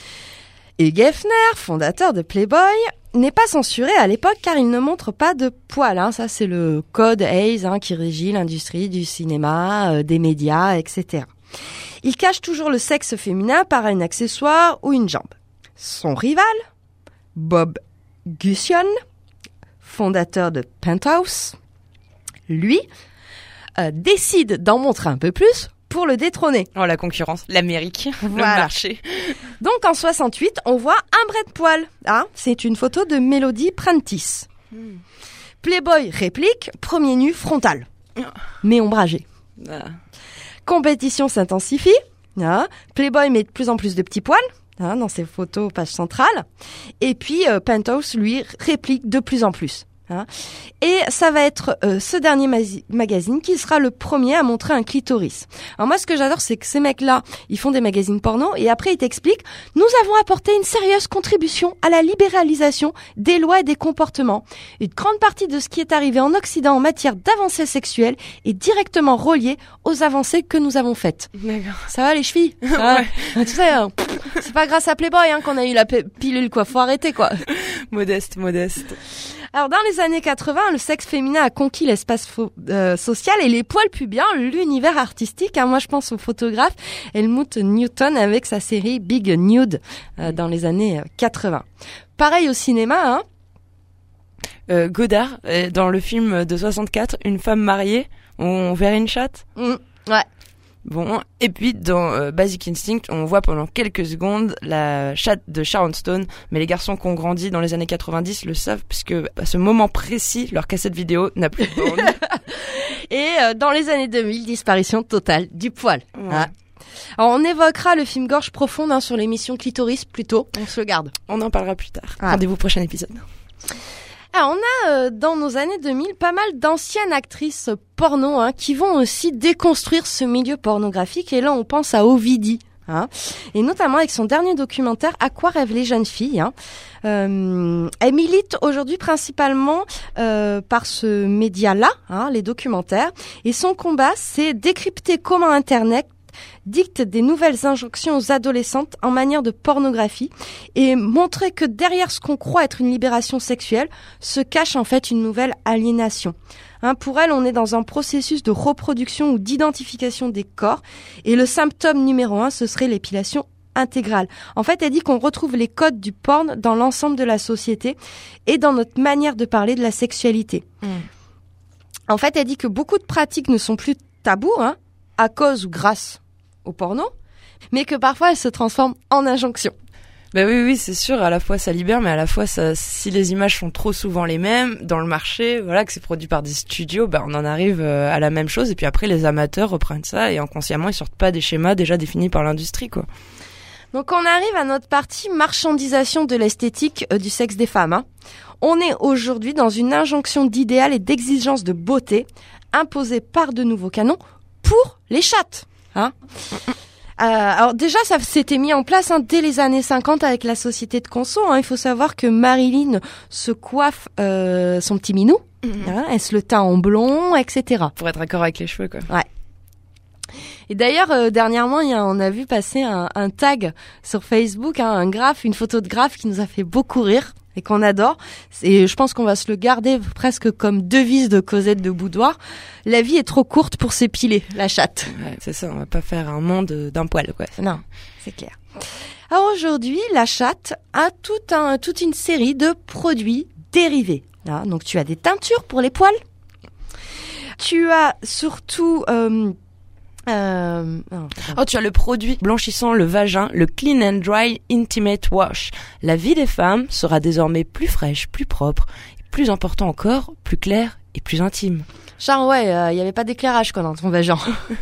Hugh Hefner, fondateur de Playboy, n'est pas censuré à l'époque car il ne montre pas de poils. Ça, c'est le code Hays qui régit l'industrie du cinéma, des médias, etc. Il cache toujours le sexe féminin par un accessoire ou une jambe. Son rival, Bob Gusion, fondateur de Penthouse, lui, décide d'en montrer un peu plus pour le détrôner. Oh, la concurrence, l'Amérique, voilà. Le marché. Donc en 68, on voit un brin de poil. C'est une photo de Melody Prentice. Playboy réplique, premier nu frontal, mais ombragé. Compétition s'intensifie. Playboy met de plus en plus de petits poils dans ses photos, page centrale. Et puis Penthouse, lui, réplique de plus en plus. Hein. Et ça va être ce dernier magazine qui sera le premier à montrer un clitoris. Alors moi, ce que j'adore, c'est que ces mecs-là, ils font des magazines porno et après ils t'expliquent « Nous avons apporté une sérieuse contribution à la libéralisation des lois et des comportements. Une grande partie de ce qui est arrivé en Occident en matière d'avancées sexuelles est directement reliée aux avancées que nous avons faites. » D'accord. Ça va les chevilles? Hein. Tu sais, c'est pas grâce à Playboy qu'on a eu la pilule, quoi. Faut arrêter, quoi. Modeste. Alors, dans les années 80, le sexe féminin a conquis l'espace social et les poils pubiens, l'univers artistique. Moi, je pense au photographe Helmut Newton avec sa série Big Nude dans les années 80. Pareil au cinéma, Godard, dans le film de 64, Une femme mariée, on verrait une chatte. Ouais. Bon, et puis dans Basic Instinct, on voit pendant quelques secondes la chatte de Sharon Stone, mais les garçons qui ont grandi dans les années 90 le savent, puisque à ce moment précis, leur cassette vidéo n'a plus de borne. Et dans les années 2000, disparition totale du poil. Ouais. Hein. Alors, on évoquera le film Gorge profonde sur l'émission Clitoris plus tôt, on se le garde. On en parlera plus tard. Ah. Rendez-vous prochain épisode. Alors, on a dans nos années 2000 pas mal d'anciennes actrices porno qui vont aussi déconstruire ce milieu pornographique. Et là, on pense à Ovidie. Et notamment avec son dernier documentaire À quoi rêvent les jeunes filles. Elle milite aujourd'hui principalement par ce média-là, les documentaires. Et son combat, c'est décrypter comment Internet dicte des nouvelles injonctions aux adolescentes en manière de pornographie et montrer que derrière ce qu'on croit être une libération sexuelle se cache en fait une nouvelle aliénation. Pour elle, on est dans un processus de reproduction ou d'identification des corps et le symptôme numéro 1, ce serait l'épilation intégrale. En fait, elle dit qu'on retrouve les codes du porn dans l'ensemble de la société et dans notre manière de parler de la sexualité. En fait, elle dit que beaucoup de pratiques ne sont plus tabous, à cause ou grâce au porno, mais que parfois elles se transforment en injonctions. Bah oui, c'est sûr, à la fois ça libère, mais à la fois ça, si les images sont trop souvent les mêmes dans le marché, voilà, que c'est produit par des studios, on en arrive à la même chose, et puis après les amateurs reprennent ça, et inconsciemment ils sortent pas des schémas déjà définis par l'industrie, quoi. Donc on arrive à notre partie marchandisation de l'esthétique du sexe des femmes. On est aujourd'hui dans une injonction d'idéal et d'exigence de beauté imposée par de nouveaux canons pour les chattes. Alors déjà, ça s'était mis en place dès les années 50 avec la société de conso. Il faut savoir que Marilyn se coiffe son petit minou, elle se le teint en blond, etc. Pour être d'accord avec les cheveux, quoi. Ouais. Et d'ailleurs, dernièrement, on a vu passer un tag sur Facebook, un graphe, une photo de graphe qui nous a fait beaucoup rire et qu'on adore. Et je pense qu'on va se le garder presque comme devise de Cosette de Boudoir. La vie est trop courte pour s'épiler, la chatte. Ouais, c'est ça, on va pas faire un monde d'un poil, quoi. Non, c'est clair. Alors aujourd'hui, la chatte a toute une série de produits dérivés. Donc tu as des teintures pour les poils. Tu as surtout... tu as le produit blanchissant le vagin, le Clean and Dry Intimate Wash. La vie des femmes sera désormais plus fraîche, plus propre, et plus important encore, plus claire et plus intime. Genre il y avait pas d'éclairage dans ton vagin.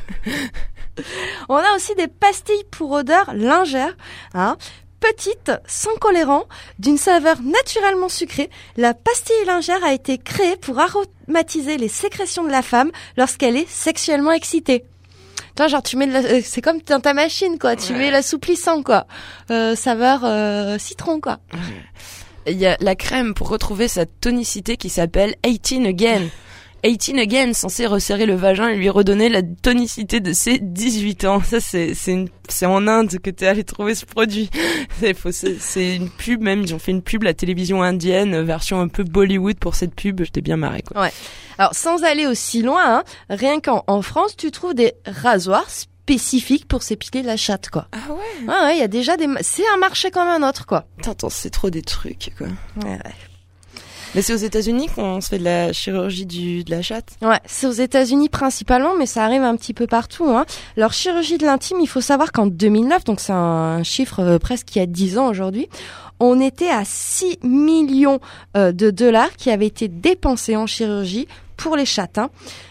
On a aussi des pastilles pour odeur lingère, petite, sans colorant, d'une saveur naturellement sucrée. La pastille lingère a été créée pour aromatiser les sécrétions de la femme lorsqu'elle est sexuellement excitée. Toi, genre, tu mets c'est comme dans ta machine, quoi. Tu mets l'assouplissant, quoi. Saveur citron, quoi. Il y a la crème pour retrouver sa tonicité qui s'appelle 18 Again. 18 Again, censé resserrer le vagin et lui redonner la tonicité de ses 18 ans. Ça, c'est en Inde que t'es allé trouver ce produit. C'est une pub même. Ils ont fait une pub, la télévision indienne, version un peu Bollywood pour cette pub. J'étais bien marrée, quoi. Ouais. Alors, sans aller aussi loin, rien qu'en France, tu trouves des rasoirs spécifiques pour s'épiler la chatte, quoi. Ah ouais? Ouais, il y a déjà c'est un marché comme un autre, quoi. Attends, c'est trop des trucs, quoi. Ouais. Mais c'est aux États-Unis qu'on se fait de la chirurgie de la chatte? Ouais, c'est aux États-Unis principalement, mais ça arrive un petit peu partout. Alors, chirurgie de l'intime, il faut savoir qu'en 2009, donc c'est un chiffre presque qui a 10 ans aujourd'hui, on était à 6 millions de dollars qui avaient été dépensés en chirurgie pour les chattes.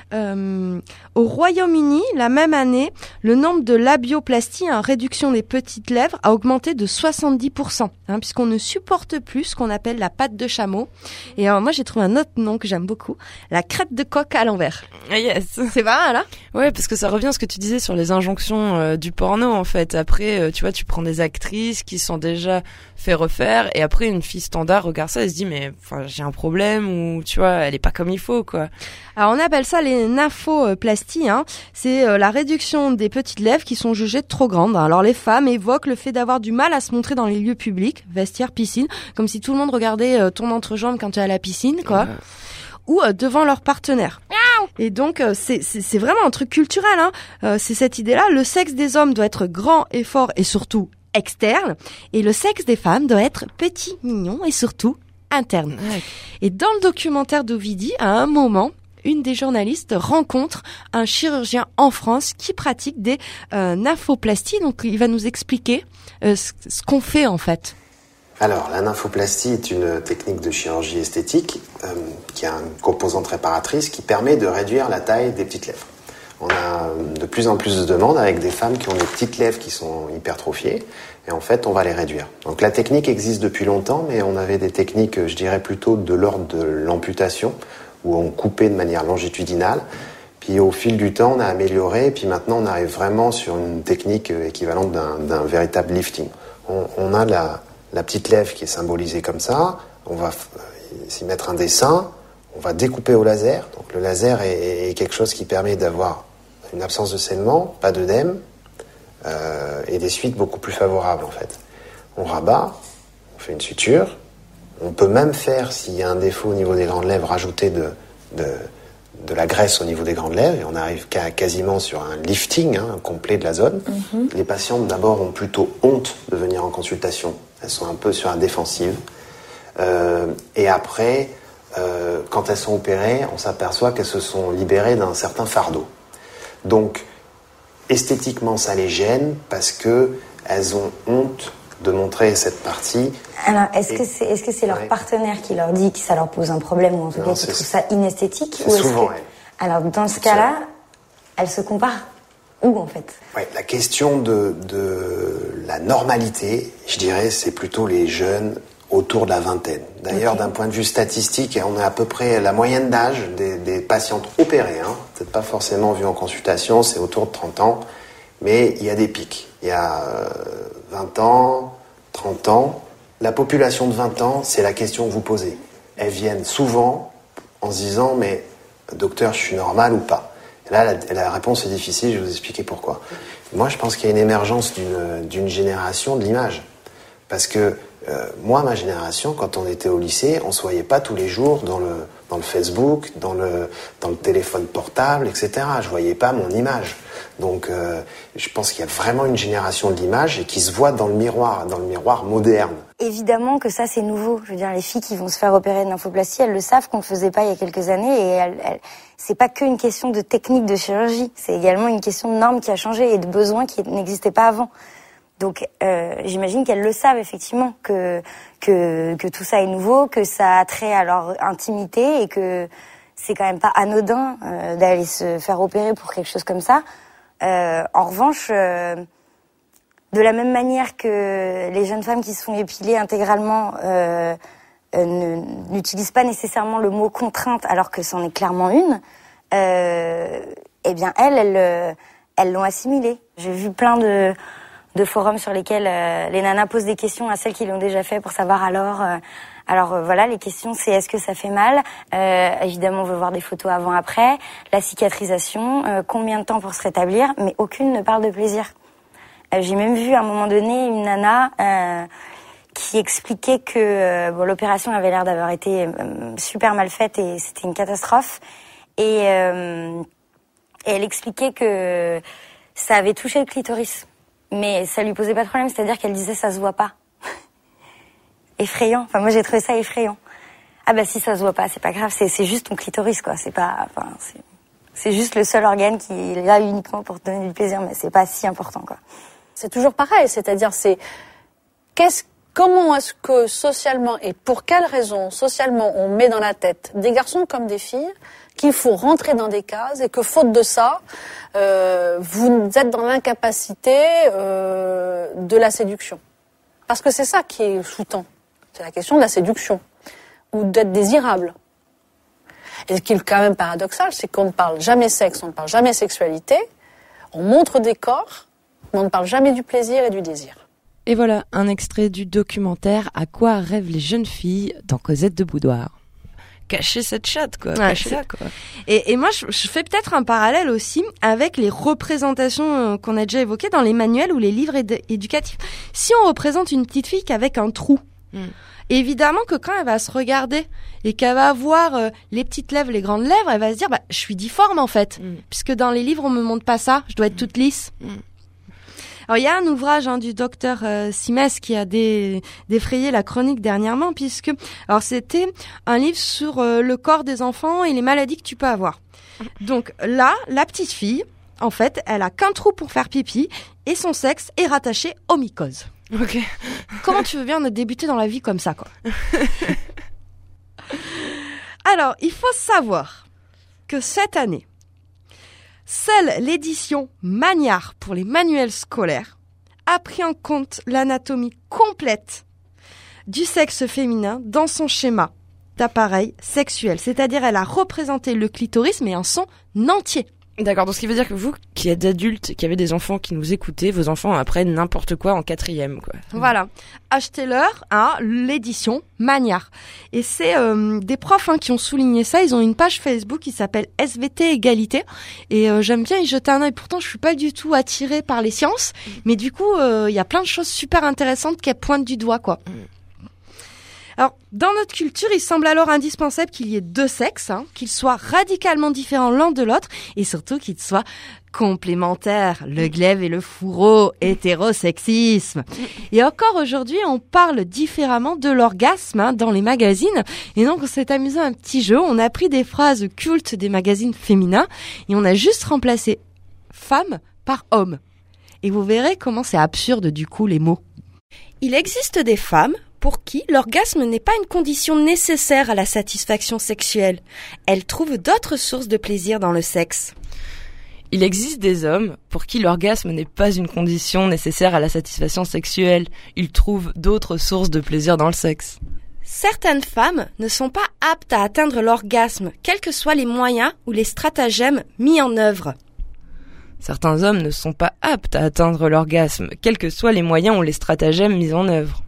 Au Royaume-Uni, la même année, le nombre de labioplasties, réduction des petites lèvres, a augmenté de 70%, puisqu'on ne supporte plus ce qu'on appelle la patte de chameau. Et moi, j'ai trouvé un autre nom que j'aime beaucoup, la crête de coq à l'envers. Ah, yes. C'est pas là? Ouais, parce que ça revient à ce que tu disais sur les injonctions du porno, en fait. Après, tu vois, tu prends des actrices qui sont déjà fait refaire, et après, une fille standard regarde ça et se dit, mais j'ai un problème, ou tu vois, elle est pas comme il faut, quoi. Alors, on appelle ça les nymphoplasties, c'est la réduction des petites lèvres qui sont jugées trop grandes. Alors, les femmes évoquent le fait d'avoir du mal à se montrer dans les lieux publics, vestiaires, piscines, comme si tout le monde regardait ton entrejambe quand tu es à la piscine, quoi. Ou devant leur partenaire. Et donc, c'est vraiment un truc culturel, c'est cette idée-là. Le sexe des hommes doit être grand et fort et surtout externe. Et le sexe des femmes doit être petit, mignon et surtout interne. Ouais. Et dans le documentaire d'Ovidie, à un moment, une des journalistes rencontre un chirurgien en France qui pratique des nymphoplasties. Donc, il va nous expliquer ce qu'on fait en fait. Alors, la nymphoplastie est une technique de chirurgie esthétique qui a une composante réparatrice qui permet de réduire la taille des petites lèvres. On a de plus en plus de demandes avec des femmes qui ont des petites lèvres qui sont hypertrophiées et en fait, on va les réduire. Donc la technique existe depuis longtemps, mais on avait des techniques, je dirais plutôt de l'ordre de l'amputation où on coupait de manière longitudinale. Puis au fil du temps, on a amélioré et puis maintenant, on arrive vraiment sur une technique équivalente d'un véritable lifting. On a la petite lèvre qui est symbolisée comme ça, on va s'y mettre un dessin, on va découper au laser. Donc le laser est quelque chose qui permet d'avoir une absence de saignement, pas d'œdème, et des suites beaucoup plus favorables en fait. On rabat, on fait une suture, on peut même faire, s'il y a un défaut au niveau des grandes lèvres, rajouter de la graisse au niveau des grandes lèvres, et on arrive quasiment sur un lifting complet de la zone. Mm-hmm. Les patientes d'abord ont plutôt honte de venir en consultation. Elles sont un peu sur la défensive. Et après, quand elles sont opérées, on s'aperçoit qu'elles se sont libérées d'un certain fardeau. Donc, esthétiquement, ça les gêne parce qu'elles ont honte de montrer cette partie. Alors, est-ce que c'est leur partenaire qui leur dit que ça leur pose un problème ou en tout cas qui trouve ça inesthétique ou souvent elle. Alors, dans ce cas-là, elles se comparent où en fait? Ouais, la question de la normalité, je dirais, c'est plutôt les jeunes autour de la vingtaine. D'ailleurs, d'un point de vue statistique, on est à peu près la moyenne d'âge des patientes opérées, peut-être pas forcément vues en consultation, c'est autour de 30 ans, mais il y a des pics. Il y a 20 ans, 30 ans. La population de 20 ans, c'est la question que vous posez. Elles viennent souvent en se disant, mais docteur, je suis normal ou pas? Et là, la réponse est difficile, je vais vous expliquer pourquoi. Moi, je pense qu'il y a une émergence d'une génération de l'image. Parce que moi, ma génération, quand on était au lycée, on se voyait pas tous les jours dans le Facebook, dans le téléphone portable, etc. Je voyais pas mon image. Donc, je pense qu'il y a vraiment une génération de l'image et qui se voit dans le miroir moderne. Évidemment que ça, c'est nouveau. Je veux dire, les filles qui vont se faire opérer de nymphoplastie, elles le savent qu'on ne le faisait pas il y a quelques années et c'est pas qu'une question de technique de chirurgie. C'est également une question de norme qui a changé et de besoins qui n'existaient pas avant. Donc, j'imagine qu'elles le savent effectivement que tout ça est nouveau, que ça a trait à leur intimité et que c'est quand même pas anodin d'aller se faire opérer pour quelque chose comme ça. En revanche, de la même manière que les jeunes femmes qui se font épiler intégralement n'utilisent pas nécessairement le mot contrainte alors que c'en est clairement une, eh bien elles l'ont assimilé. J'ai vu plein de forums sur lesquels les nanas posent des questions à celles qui l'ont déjà fait pour savoir alors voilà, les questions c'est est-ce que ça fait mal, évidemment on veut voir des photos avant-après, la cicatrisation, combien de temps pour se rétablir, mais aucune ne parle de plaisir. J'ai même vu à un moment donné une nana qui expliquait que l'opération avait l'air d'avoir été super mal faite et c'était une catastrophe, et elle expliquait que ça avait touché le clitoris. Mais ça lui posait pas de problème, c'est-à-dire qu'elle disait ça se voit pas. Effrayant. Enfin, moi j'ai trouvé ça effrayant. Ah bah si ça se voit pas, c'est pas grave, c'est juste ton clitoris quoi. C'est juste le seul organe qui est là uniquement pour te donner du plaisir, mais c'est pas si important quoi. C'est toujours pareil, c'est-à-dire comment est-ce que socialement et pour quelles raisons socialement on met dans la tête des garçons comme des filles qu'il faut rentrer dans des cases et que faute de ça, vous êtes dans l'incapacité de la séduction. Parce que c'est ça qui est sous-tend. C'est la question de la séduction ou d'être désirable. Et ce qui est quand même paradoxal, c'est qu'on ne parle jamais sexe, on ne parle jamais sexualité, on montre des corps, mais on ne parle jamais du plaisir et du désir. Et voilà, un extrait du documentaire « À quoi rêvent les jeunes filles » dans Cosette de Boudoir. Cacher cette chatte, quoi. Ouais, Cachez-la, quoi. Et moi, je fais peut-être un parallèle aussi avec les représentations qu'on a déjà évoquées dans les manuels ou les livres éducatifs. Si on représente une petite fille qu'avec un trou, évidemment que quand elle va se regarder et qu'elle va voir les petites lèvres, les grandes lèvres, elle va se dire je suis difforme en fait, puisque dans les livres on me montre pas ça, je dois être toute lisse. Alors il y a un ouvrage du docteur Simès qui a défrayé la chronique dernièrement, puisque alors c'était un livre sur le corps des enfants et les maladies que tu peux avoir. Donc là, la petite fille, en fait, elle a qu'un trou pour faire pipi et son sexe est rattaché aux mycoses. Ok. Comment tu veux bien débuter dans la vie comme ça, quoi? Alors, il faut savoir que cette année, seule l'édition Magnard pour les manuels scolaires a pris en compte l'anatomie complète du sexe féminin dans son schéma d'appareil sexuel. C'est-à-dire, elle a représenté le clitoris, mais en son entier. D'accord, donc ce qui veut dire que vous, qui êtes adultes, qui avez des enfants qui nous écoutez, vos enfants apprennent n'importe quoi en 4e, quoi. Voilà. Achetez-leur l'édition Magnard. Et c'est des profs qui ont souligné ça. Ils ont une page Facebook qui s'appelle SVT Égalité. Et j'aime bien y jeter un œil. Pourtant, je suis pas du tout attirée par les sciences. Mais du coup, il y a plein de choses super intéressantes qu'elles pointent du doigt, quoi. Alors, dans notre culture, il semble alors indispensable qu'il y ait deux sexes, qu'ils soient radicalement différents l'un de l'autre, et surtout qu'ils soient complémentaires. Le glaive et le fourreau, hétérosexisme. Et encore aujourd'hui, on parle différemment de l'orgasme dans les magazines. Et donc, on s'est amusé à un petit jeu. On a pris des phrases cultes des magazines féminins et on a juste remplacé femme par homme. Et vous verrez comment c'est absurde du coup les mots. Il existe des femmes pour qui l'orgasme n'est pas une condition nécessaire à la satisfaction sexuelle. Elles trouvent d'autres sources de plaisir dans le sexe. Il existe des hommes pour qui l'orgasme n'est pas une condition nécessaire à la satisfaction sexuelle. Ils trouvent d'autres sources de plaisir dans le sexe. Certaines femmes ne sont pas aptes à atteindre l'orgasme, quels que soient les moyens ou les stratagèmes mis en œuvre. Certains hommes ne sont pas aptes à atteindre l'orgasme, quels que soient les moyens ou les stratagèmes mis en œuvre.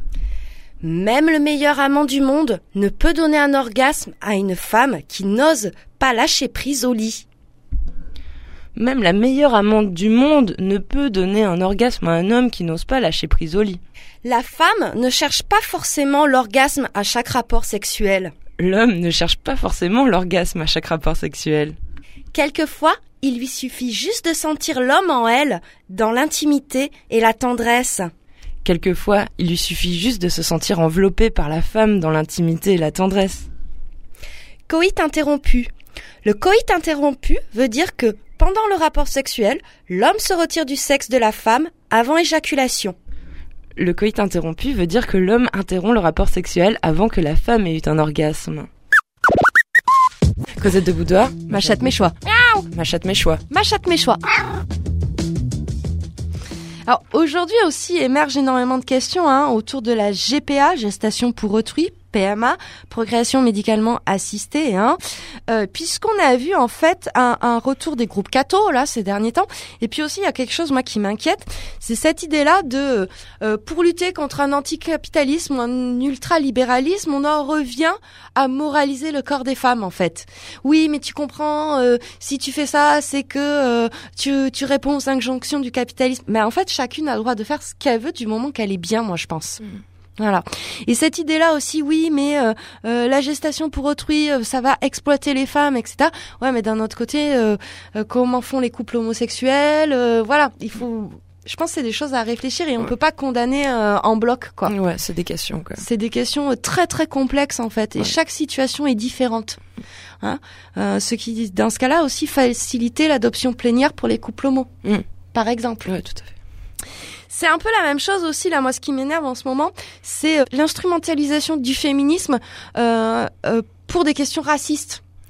Même le meilleur amant du monde ne peut donner un orgasme à une femme qui n'ose pas lâcher prise au lit. Même la meilleure amante du monde ne peut donner un orgasme à un homme qui n'ose pas lâcher prise au lit. La femme ne cherche pas forcément l'orgasme à chaque rapport sexuel. L'homme ne cherche pas forcément l'orgasme à chaque rapport sexuel. Quelquefois, il lui suffit juste de sentir l'homme en elle, dans l'intimité et la tendresse. Quelquefois, il lui suffit juste de se sentir enveloppé par la femme dans l'intimité et la tendresse. Coït interrompu. Le coït interrompu veut dire que, pendant le rapport sexuel, l'homme se retire du sexe de la femme avant éjaculation. Le coït interrompu veut dire que l'homme interrompt le rapport sexuel avant que la femme ait eu un orgasme. Cosette de Boudoir. Ma chatte, mes choix. Ma chatte, mes choix. Ma chatte, mes choix. Alors aujourd'hui aussi émergent énormément de questions autour de la GPA, gestation pour autrui, PMA, procréation médicalement assistée, puisqu'on a vu en fait un retour des groupes catho là ces derniers temps. Et puis aussi il y a quelque chose moi qui m'inquiète, c'est cette idée-là de pour lutter contre un anticapitalisme ou un ultralibéralisme, on en revient à moraliser le corps des femmes en fait. Oui, mais tu comprends, si tu fais ça, c'est que tu réponds aux injonctions du capitalisme. Mais en fait, chacune a le droit de faire ce qu'elle veut du moment qu'elle est bien, moi je pense. Voilà. Et cette idée-là aussi, oui, mais la gestation pour autrui, ça va exploiter les femmes, etc. Ouais, mais d'un autre côté, comment font les couples homosexuels voilà, il faut. Je pense que c'est des choses à réfléchir et on peut pas condamner en bloc, quoi. Ouais, c'est des questions, quoi. C'est des questions très très complexes en fait, et chaque situation est différente. Ce qui, dans ce cas-là, aussi faciliter l'adoption plénière pour les couples homo, par exemple. Ouais, tout à fait. C'est un peu la même chose aussi, là, moi, ce qui m'énerve en ce moment, c'est l'instrumentalisation du féminisme pour des questions racistes.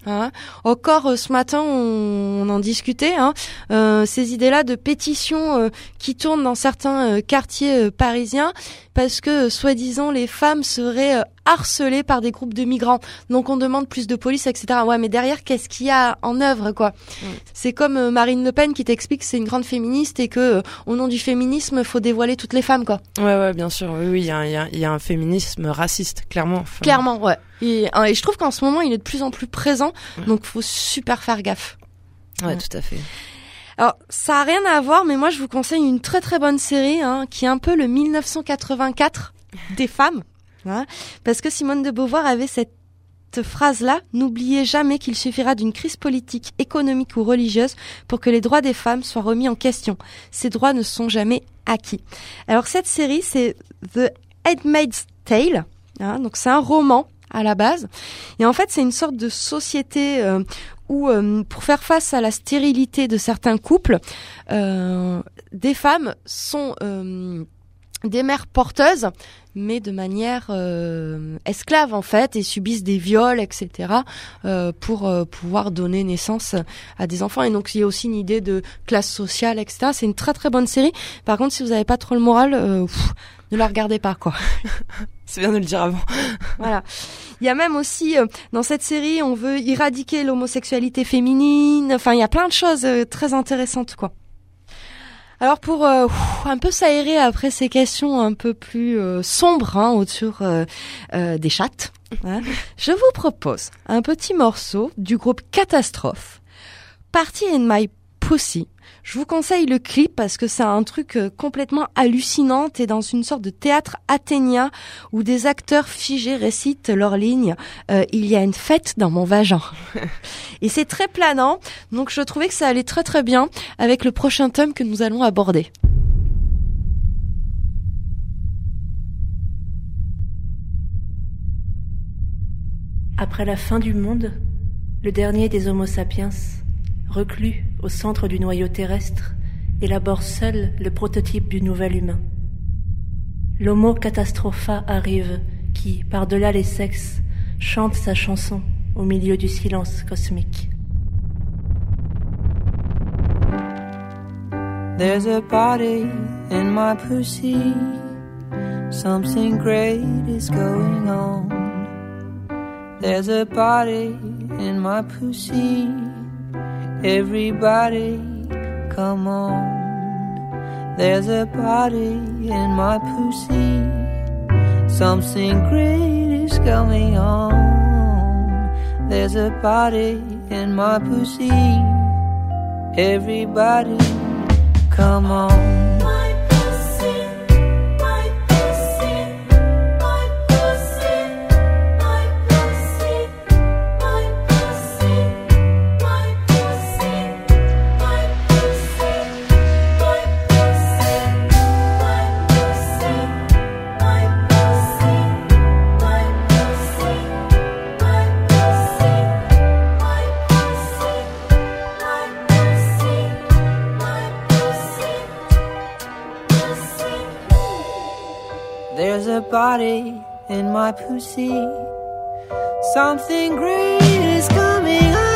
Hein. Encore ce matin, on en discutait. Hein, ces idées-là de pétition qui tournent dans certains quartiers parisiens parce que, soi-disant, les femmes seraient harcelées par des groupes de migrants. Donc, on demande plus de police, etc. Ouais, mais derrière, qu'est-ce qu'il y a en œuvre, quoi ? C'est comme Marine Le Pen qui t'explique que c'est une grande féministe et que, au nom du féminisme, faut dévoiler toutes les femmes, quoi. Ouais, bien sûr. Oui, il y a un féminisme raciste, clairement. Enfin... Clairement, ouais. Et je trouve qu'en ce moment, il est de plus en plus présent, donc faut super faire gaffe. Ouais, tout à fait. Alors, ça a rien à voir, mais moi, je vous conseille une très très bonne série, hein, qui est un peu le 1984 des femmes, hein, parce que Simone de Beauvoir avait cette phrase-là: n'oubliez jamais qu'il suffira d'une crise politique, économique ou religieuse pour que les droits des femmes soient remis en question. Ces droits ne sont jamais acquis. Alors, cette série, c'est The Handmaid's Tale, hein, donc c'est un roman à la base. Et en fait, c'est une sorte de société où, pour faire face à la stérilité de certains couples, des femmes sont des mères porteuses, mais de manière esclave en fait, et subissent des viols, etc., pour pouvoir donner naissance à des enfants. Et donc il y a aussi une idée de classe sociale, etc. C'est une très très bonne série. Par contre, si vous n'avez pas trop le moral, ne la regardez pas, quoi. C'est bien de le dire avant. Voilà. Il y a même aussi, dans cette série, on veut éradiquer l'homosexualité féminine. Enfin, il y a plein de choses très intéressantes, quoi. Alors, pour un peu s'aérer après ces questions un peu plus sombres, hein, autour des chattes, hein, je vous propose un petit morceau du groupe Catastrophe, Party in My Pussy. Je vous conseille le clip parce que c'est un truc complètement hallucinant. T'es dans une sorte de théâtre athénien où des acteurs figés récitent leurs lignes. Il y a une fête dans mon vagin. Et c'est très planant. Donc je trouvais que ça allait très très bien avec le prochain thème que nous allons aborder. Après la fin du monde, le dernier des Homo sapiens, reclus au centre du noyau terrestre, élabore seul le prototype du nouvel humain. L'Homo catastropha arrive, qui, par-delà les sexes, chante sa chanson au milieu du silence cosmique. There's a party in my pussy. Something great is going on. There's a party in my pussy. Everybody, come on. There's a party in my pussy. Something great is going on. There's a party in my pussy. Everybody, come on. There's a body in my pussy. Something great is coming on.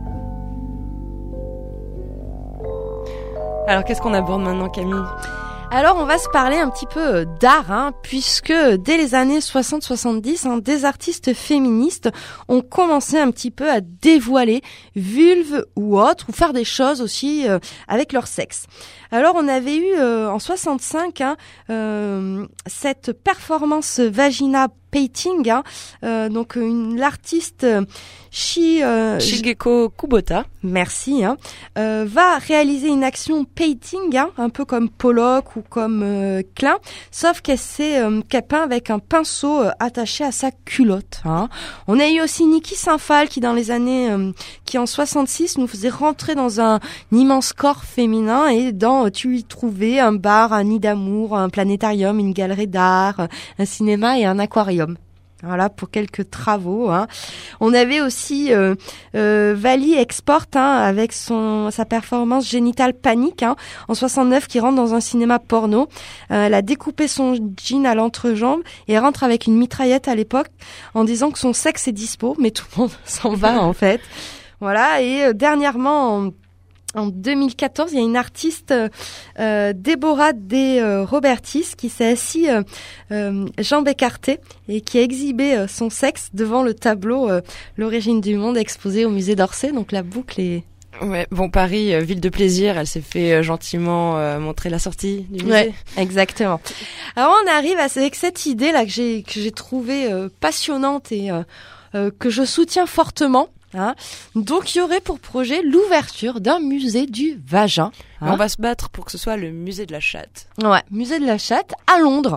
Alors, qu'est-ce qu'on aborde maintenant, Camille ? Alors on va se parler un petit peu d'art, puisque dès les années 60-70, des artistes féministes ont commencé un petit peu à dévoiler vulve ou autre, ou faire des choses aussi avec leur sexe. Alors on avait eu en 65 cette performance vagina painting, donc l'artiste Shigeko Kubota, merci, va réaliser une action painting, un peu comme Pollock ou comme Klein, sauf qu'elle peint avec un pinceau attaché à sa culotte. On a eu aussi Niki Saint-Phal qui dans les années qui en 66 nous faisait rentrer dans un immense corps féminin, et dans tu y trouvais un bar, un nid d'amour, un planétarium, une galerie d'art, un cinéma et un aquarium. Voilà pour quelques travaux. On avait aussi Vali Export avec sa performance Génitale Panique en 69, qui rentre dans un cinéma porno. Elle a découpé son jean à l'entrejambe et rentre avec une mitraillette à l'époque en disant que son sexe est dispo, mais tout le monde s'en va en fait. Voilà, et dernièrement en 2014, il y a une artiste, Déborah De Robertis, qui s'est assise jambes écartées et qui a exhibé son sexe devant le tableau L'origine du monde exposé au musée d'Orsay. Donc la boucle est... Ouais, bon, Paris, ville de plaisir, elle s'est fait gentiment montrer la sortie du musée. Ouais, exactement. Alors on arrive avec cette idée là que j'ai trouvée passionnante et que je soutiens fortement. Donc il y aurait pour projet l'ouverture d'un musée du vagin. On va se battre pour que ce soit le musée de la chatte. Ouais, musée de la chatte à Londres.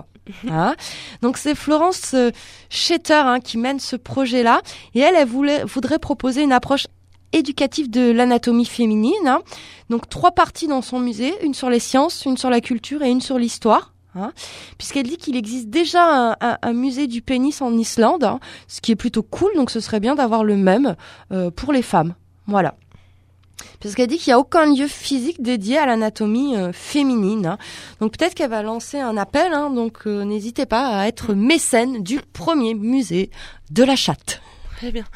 Donc c'est Florence Schetter qui mène ce projet-là, et elle voudrait proposer une approche éducative de l'anatomie féminine. Donc 3 parties dans son musée, une sur les sciences, une sur la culture et une sur l'histoire. Puisqu'elle dit qu'il existe déjà un musée du pénis en Islande, ce qui est plutôt cool, donc ce serait bien d'avoir le même pour les femmes. Voilà. Puisqu'elle dit qu'il n'y a aucun lieu physique dédié à l'anatomie féminine. Donc peut-être qu'elle va lancer un appel, donc n'hésitez pas à être mécène du premier musée de la chatte. Très bien.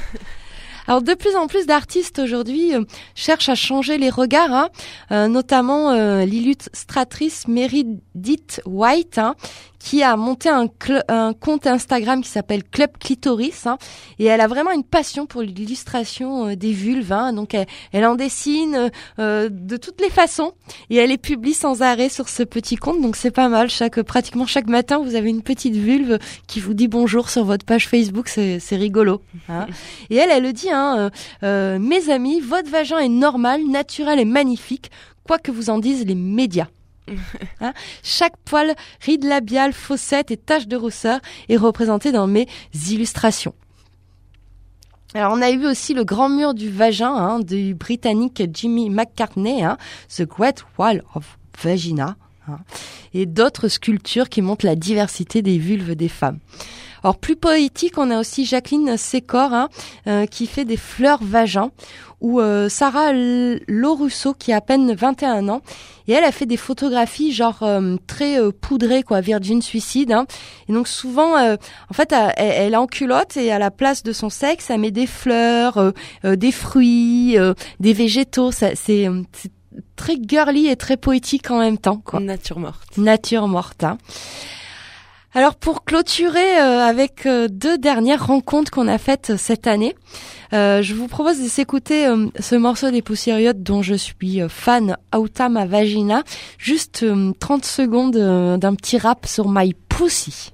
Alors de plus en plus d'artistes aujourd'hui cherchent à changer les regards, notamment l'illustratrice Meredith White, qui a monté un compte Instagram qui s'appelle Club Clitoris, et elle a vraiment une passion pour l'illustration des vulves, donc elle en dessine de toutes les façons, et elle les publie sans arrêt sur ce petit compte, donc c'est pas mal. Pratiquement chaque matin vous avez une petite vulve qui vous dit bonjour sur votre page Facebook, c'est rigolo. Et elle le dit, mes amis, votre vagin est normal, naturel et magnifique, quoi que vous en disent les médias. Chaque poil, ride labiale, fossette et tache de rousseur est représenté dans mes illustrations. Alors on a eu aussi le grand mur du vagin du britannique Jimmy McCartney, The Great Wall of Vagina, et d'autres sculptures qui montrent la diversité des vulves des femmes. Alors plus poétique, on a aussi Jacqueline Secor qui fait des fleurs vagins, ou Sarah Lorusso qui a à peine 21 ans, et elle a fait des photographies très poudrées, Virgin Suicide, et donc souvent en fait elle est en culotte, et à la place de son sexe elle met des fleurs, des fruits, des végétaux. C'est très girly et très poétique en même temps, Nature morte. Alors pour clôturer avec 2 dernières rencontres qu'on a faites cette année, je vous propose de s'écouter ce morceau des Poussiériotes dont je suis fan, Auta ma vagina, juste 30 secondes d'un petit rap sur My Pussy.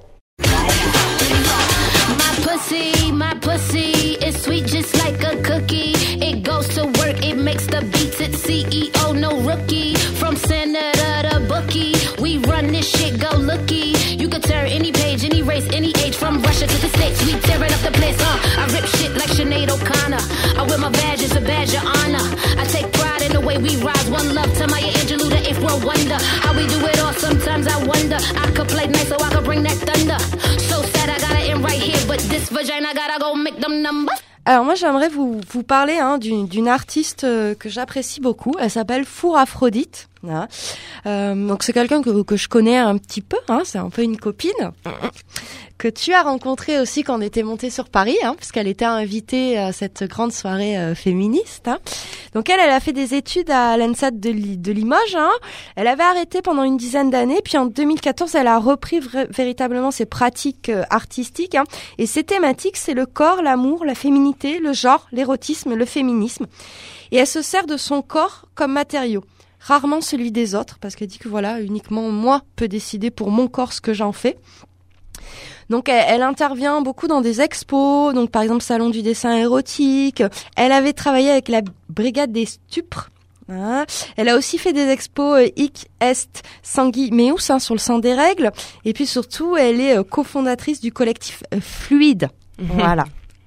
My pussy is sweet just like a cookie. It goes to work, it makes the beats, it's CEO, no rookie. From senator to bookie, we run this shit, go looky. You could turn any page, any race, any age, from Russia to the States, we tearing up the place, I rip shit like Sinead O'Connor. I wear my badge as a badge of honor. I take pride in the way we rise, one love to Maya Angelou, the eighth world wonder. How we do it all, sometimes I wonder. I could play nice so I could bring that thunder. So sad I gotta end right here, but this vagina gotta go make them numbers. Alors moi j'aimerais vous parler d'une artiste que j'apprécie beaucoup. Elle s'appelle Four Aphrodite. Hein. Donc c'est quelqu'un que je connais un petit peu, hein, c'est un peu une copine que tu as rencontrée aussi quand on était monté sur Paris, hein, puisqu'elle était invitée à cette grande soirée féministe. Hein. Donc elle a fait des études à l'ENSAT de Limoges. Hein. Elle avait arrêté pendant une dizaine d'années, puis en 2014 elle a repris véritablement ses pratiques artistiques. Hein. Et ses thématiques, c'est le corps, l'amour, la féminité, le genre, l'érotisme, le féminisme. Et elle se sert de son corps comme matériau. Rarement celui des autres, parce qu'elle dit que voilà, uniquement moi peux décider pour mon corps ce que j'en fais. Donc elle intervient beaucoup dans des expos, donc par exemple Salon du dessin érotique. Elle avait travaillé avec la Brigade des Stupres. Hein. Elle a aussi fait des expos Hic Est Sanguis Meus, hein, sur le sang des règles. Et puis surtout, elle est cofondatrice du collectif Fluide. Voilà.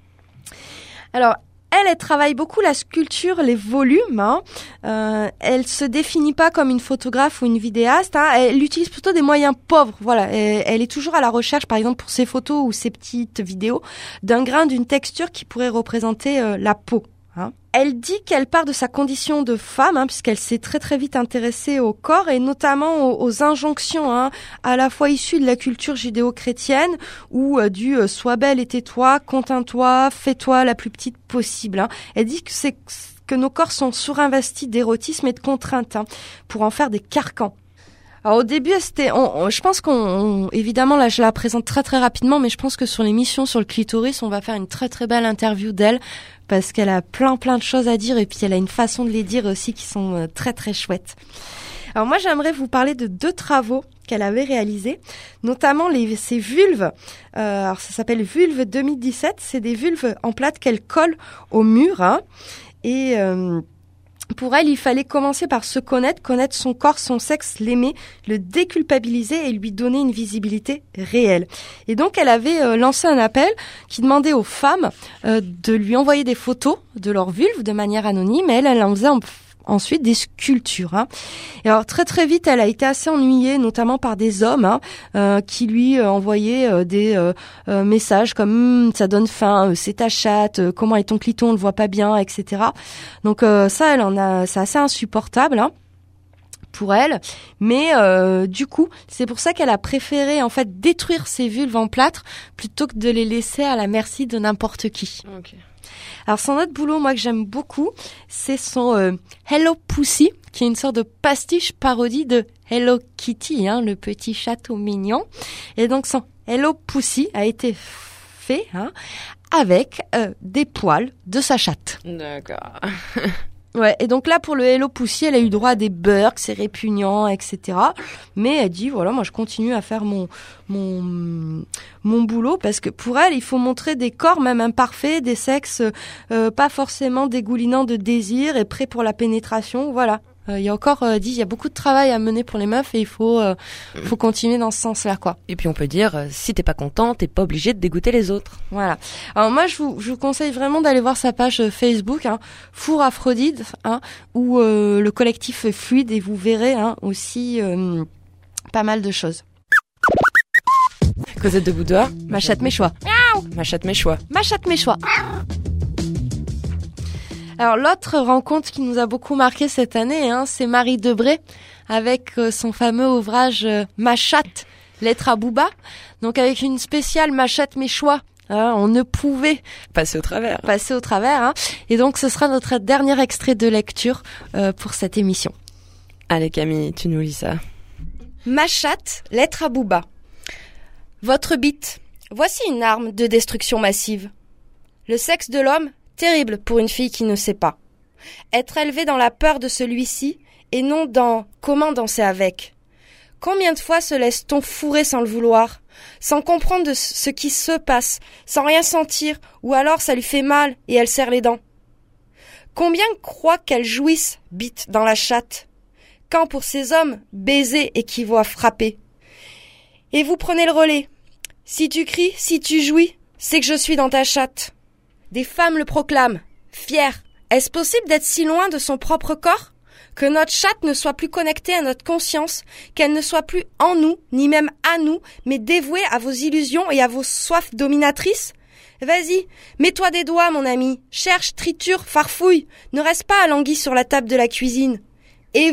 Alors, elle travaille beaucoup la sculpture, les volumes. Hein. Elle se définit pas comme une photographe ou une vidéaste. Hein. Elle utilise plutôt des moyens pauvres. Voilà. Elle est toujours à la recherche, par exemple pour ses photos ou ses petites vidéos, d'un grain, d'une texture qui pourrait représenter la peau. Hein. Elle dit qu'elle part de sa condition de femme, hein, puisqu'elle s'est très très vite intéressée au corps et notamment aux injonctions, hein, à la fois issues de la culture judéo-chrétienne ou du sois belle et tais-toi, contint-toi, fais-toi la plus petite possible. Hein. Elle dit que nos corps sont surinvestis d'érotisme et de contraintes, hein, pour en faire des carcans. Alors au début, je pense évidemment là je la présente très très rapidement, mais je pense que sur l'émission sur le clitoris, on va faire une très très belle interview d'elle parce qu'elle a plein de choses à dire et puis elle a une façon de les dire aussi qui sont très très chouettes. Alors moi j'aimerais vous parler de 2 travaux qu'elle avait réalisés, notamment ces vulves. Alors ça s'appelle Vulve 2017, c'est des vulves en plâtre qu'elle colle au mur, hein, et pour elle, il fallait commencer par se connaître son corps, son sexe, l'aimer, le déculpabiliser et lui donner une visibilité réelle. Et donc, elle avait lancé un appel qui demandait aux femmes de lui envoyer des photos de leur vulve de manière anonyme. Et elle en faisait ensuite des sculptures. Hein. Et alors très très vite, elle a été assez ennuyée, notamment par des hommes, hein, qui lui envoyaient des messages comme ça donne faim, c'est ta chatte, comment est ton cliton, on le voit pas bien, etc. Donc ça, c'est assez insupportable. Hein, pour elle, mais du coup, c'est pour ça qu'elle a préféré en fait détruire ses vulves en plâtre plutôt que de les laisser à la merci de n'importe qui. Okay. Alors son autre boulot, moi que j'aime beaucoup, c'est son Hello Pussy, qui est une sorte de pastiche parodie de Hello Kitty, hein, le petit chaton mignon. Et donc son Hello Pussy a été fait, hein, avec des poils de sa chatte. D'accord. Ouais, et donc là, pour le Hello Pussy, elle a eu droit à des burks, c'est répugnant, etc. Mais elle dit, voilà, moi je continue à faire mon boulot, parce que pour elle, il faut montrer des corps même imparfaits, des sexes pas forcément dégoulinants de désir et prêts pour la pénétration, voilà. Il y a encore il y a beaucoup de travail à mener pour les meufs et il faut continuer dans ce sens-là, quoi. Et puis on peut dire, si t'es pas content, t'es pas obligé de dégoûter les autres. Voilà. Alors moi, je vous conseille vraiment d'aller voir sa page Facebook, hein, Four Aphrodite, hein, ou le collectif Fluide, et vous verrez, hein, aussi pas mal de choses. Cosette de Boudoir, ma chatte mes choix. Ma chatte mes choix. Ma chatte mes choix. Alors l'autre rencontre qui nous a beaucoup marqué cette année, hein, c'est Marie Debré avec son fameux ouvrage Ma chatte, lettre à Booba. Donc avec une spéciale Ma chatte mes choix. Hein, on ne pouvait passer au travers. Hein. Et donc ce sera notre dernier extrait de lecture pour cette émission. Allez Camille, tu nous lis ça. Ma chatte, lettre à Booba. Votre bite, voici une arme de destruction massive. Le sexe de l'homme, terrible pour une fille qui ne sait pas. Être élevée dans la peur de celui-ci et non dans comment danser avec. Combien de fois se laisse-t-on fourrer sans le vouloir, sans comprendre de ce qui se passe, sans rien sentir, ou alors ça lui fait mal et elle serre les dents. Combien croient qu'elle jouisse, bite dans la chatte, quand pour ces hommes, baiser équivaut à frapper. Et vous prenez le relais. Si tu cries, si tu jouis, c'est que je suis dans ta chatte. Des femmes le proclament, fières. Est-ce possible d'être si loin de son propre corps? Que notre chatte ne soit plus connectée à notre conscience, qu'elle ne soit plus en nous, ni même à nous, mais dévouée à vos illusions et à vos soifs dominatrices? Vas-y, mets-toi des doigts, mon ami. Cherche, triture, farfouille. Ne reste pas alanguie sur la table de la cuisine. Et vous,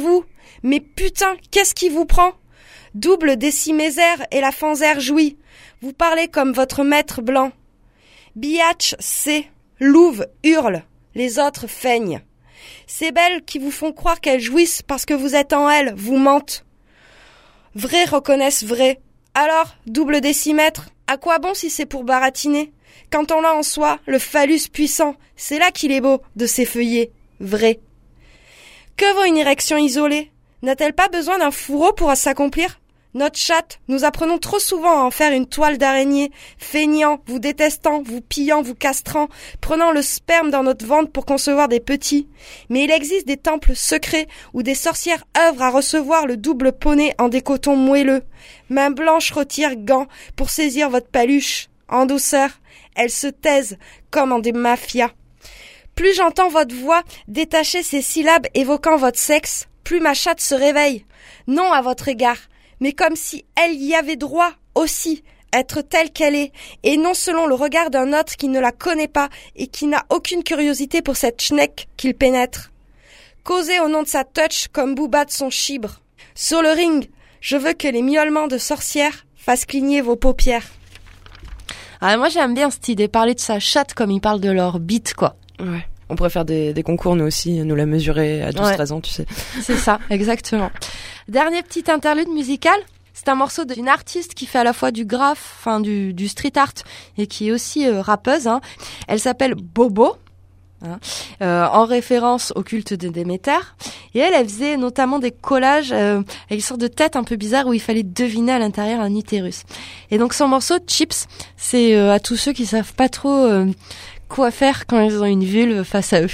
Mais putain, qu'est-ce qui vous prend? Double décimésaire et la fanzère jouit. Vous parlez comme votre maître blanc. Biatch sait, louve hurle, les autres feignent. Ces belles qui vous font croire qu'elles jouissent parce que vous êtes en elles, vous mentent. Vrais reconnaissent vrai. Alors, double décimètre, à quoi bon si c'est pour baratiner? Quand on l'a en soi, le phallus puissant, c'est là qu'il est beau de s'effeuiller, vrai. Que vaut une érection isolée? N'a-t-elle pas besoin d'un fourreau pour s'accomplir? Notre chatte, nous apprenons trop souvent à en faire une toile d'araignée, feignant, vous détestant, vous pillant, vous castrant, prenant le sperme dans notre ventre pour concevoir des petits. Mais il existe des temples secrets où des sorcières œuvrent à recevoir le double poney en des cotons moelleux. Main blanche retire gants pour saisir votre paluche. En douceur, elles se taisent comme en des mafias. Plus j'entends votre voix détacher ces syllabes évoquant votre sexe, plus ma chatte se réveille. Non à votre égard, mais comme si elle y avait droit aussi, être telle qu'elle est, et non selon le regard d'un autre qui ne la connaît pas et qui n'a aucune curiosité pour cette schneck qu'il pénètre. Causer au nom de sa touch comme Booba de son chibre. Sur le ring, je veux que les miaulements de sorcières fassent cligner vos paupières. Ah, moi j'aime bien cette idée, parler de sa chatte comme ils parlent de leur bite, quoi. Ouais. On pourrait faire des concours, nous aussi, nous la mesurer à 12-13 ans, tu sais. C'est ça, exactement. Dernier petit interlude musical. C'est un morceau d'une artiste qui fait à la fois du graphe, enfin du street art, et qui est aussi rappeuse. Hein. Elle s'appelle Bobo, hein, en référence au culte de Déméter. Et elle faisait notamment des collages avec une sorte de tête un peu bizarre où il fallait deviner à l'intérieur un utérus. Et donc son morceau, Chips, c'est à tous ceux qui savent pas trop quoi faire quand ils ont une vulve face à eux.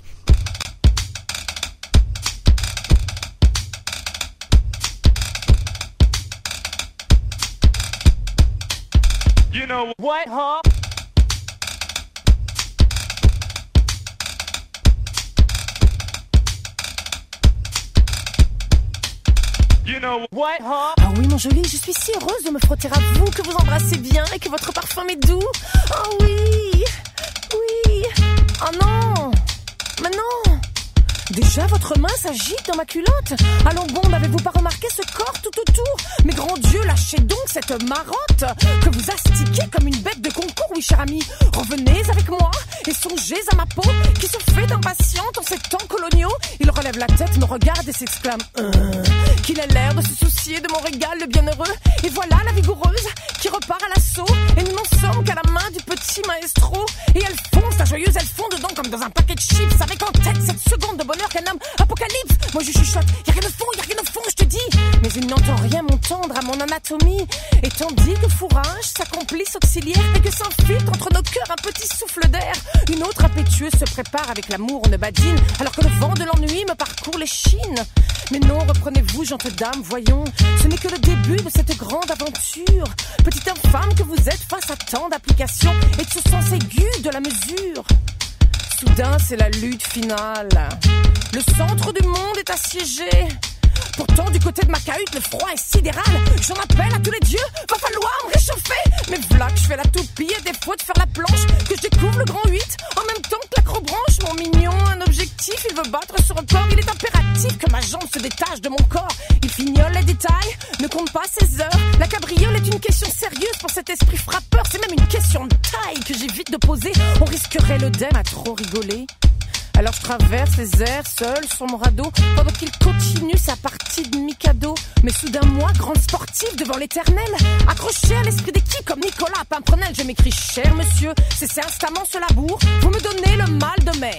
You know what, huh? You know what, huh? Ah oui, mon joli, je suis si heureuse de me frotter à vous, que vous embrassez bien et que votre parfum est doux. Oh oui, oui. Oh non, mais non. Déjà, votre main s'agite dans ma culotte. Allons bon, n'avez-vous pas remarqué ce corps tout autour? Mais grand Dieu, lâchez donc cette marotte que vous astiquez comme une bête de concours, oui, cher ami. Revenez avec moi et songez à ma peau qui se fait impatiente en ces temps coloniaux. Il relève la tête, me regarde et s'exclame qu'il a l'air de se soucier de mon régal, le bienheureux. Et voilà la vigoureuse qui repart à l'assaut. Et nous n'en sommes qu'à la main du petit maestro. Et elle fonce, la joyeuse, elle fond dedans comme dans un paquet de chips, avec en tête cette seconde de bonheur qu'elle nomme apocalypse. Moi je chuchote, y'a rien au fond, je te dis. Mais il n'entend rien m'entendre à mon anatomie. Et tandis que fourrage, sa complice auxiliaire, et que s'infiltre entre nos cœurs un petit souffle d'air, une autre impétueuse se prépare avec l'amour, on ne badine, alors que le vent de l'ennui me parcourt l'échine. Mais non, reprenez-vous, gentes dames, voyons, ce n'est que le début de cette grande aventure. Petite infâme que vous êtes face à tant d'applications et de ce sens aigu de la mesure. Soudain, c'est la lutte finale. Le centre du monde est assiégé. Pourtant, du côté de ma cahute, le froid est sidéral. J'en appelle à tous les dieux, va falloir me réchauffer. Mais voilà que je fais la toupie et des fois de faire la planche, que je découvre le grand 8 en même temps que l'acrobranche. Mon mignon, un objectif, il veut battre sur un corps. Il est impératif que ma jambe se détache de mon corps. Il fignole les détails, ne compte pas ses heures. La cabriole est une question sérieuse pour cet esprit frappeur. C'est même une question de taille que j'évite de poser. On risquerait l'œdème à trop rigoler. Alors je traverse les airs seul sur mon radeau pendant qu'il continue sa partie de Mikado. Mais soudain moi, grande sportive devant l'éternel, accrochée à l'esprit d'équipe comme Nicolas Pimprenel, je m'écris: cher monsieur, c'est instamment ce labour, vous me donnez le mal de mer.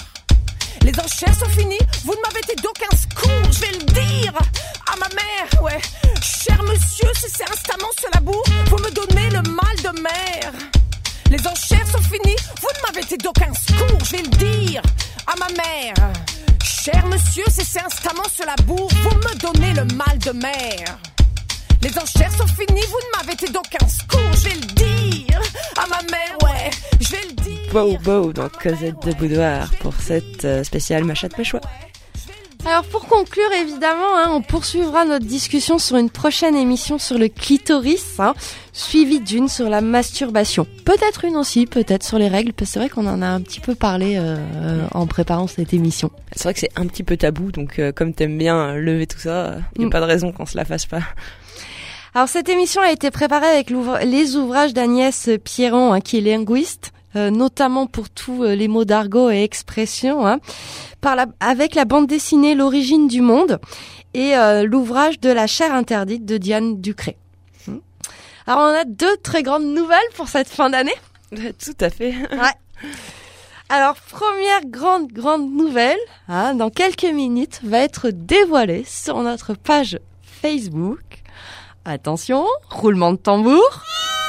Les enchères sont finies, vous ne m'avez été d'aucun secours, je vais le dire à ma mère, ouais. Cher monsieur, c'est instamment ce labour, vous me donnez le mal de mer. Les enchères sont finies, vous ne m'avez été d'aucun secours, je vais le dire à ma mère. Cher monsieur, c'est instamment ce labour, vous me donnez le mal de mer. Les enchères sont finies, vous ne m'avez été d'aucun secours, je vais le dire à ma mère, ouais, je vais le dire. Bobo dans Cosette de Boudoir pour cette spéciale Ma chatte, mes choix. Alors pour conclure, évidemment, on poursuivra notre discussion sur une prochaine émission sur le clitoris, suivie d'une sur la masturbation. Peut-être une aussi, peut-être sur les règles, parce que c'est vrai qu'on en a un petit peu parlé en préparant cette émission. C'est vrai que c'est un petit peu tabou, donc comme t'aimes bien lever tout ça, il n'y a pas de raison qu'on se la fasse pas. Alors cette émission a été préparée avec les ouvrages d'Agnès Pierron, qui est linguiste, notamment pour tous les mots d'argot et expressions, avec la bande dessinée L'origine du monde et l'ouvrage de La chair interdite de Diane Ducré. Alors on a 2 très grandes nouvelles pour cette fin d'année. Tout à fait. Ouais. Alors première grande nouvelle, dans quelques minutes, va être dévoilée sur notre page Facebook. Attention, roulement de tambour.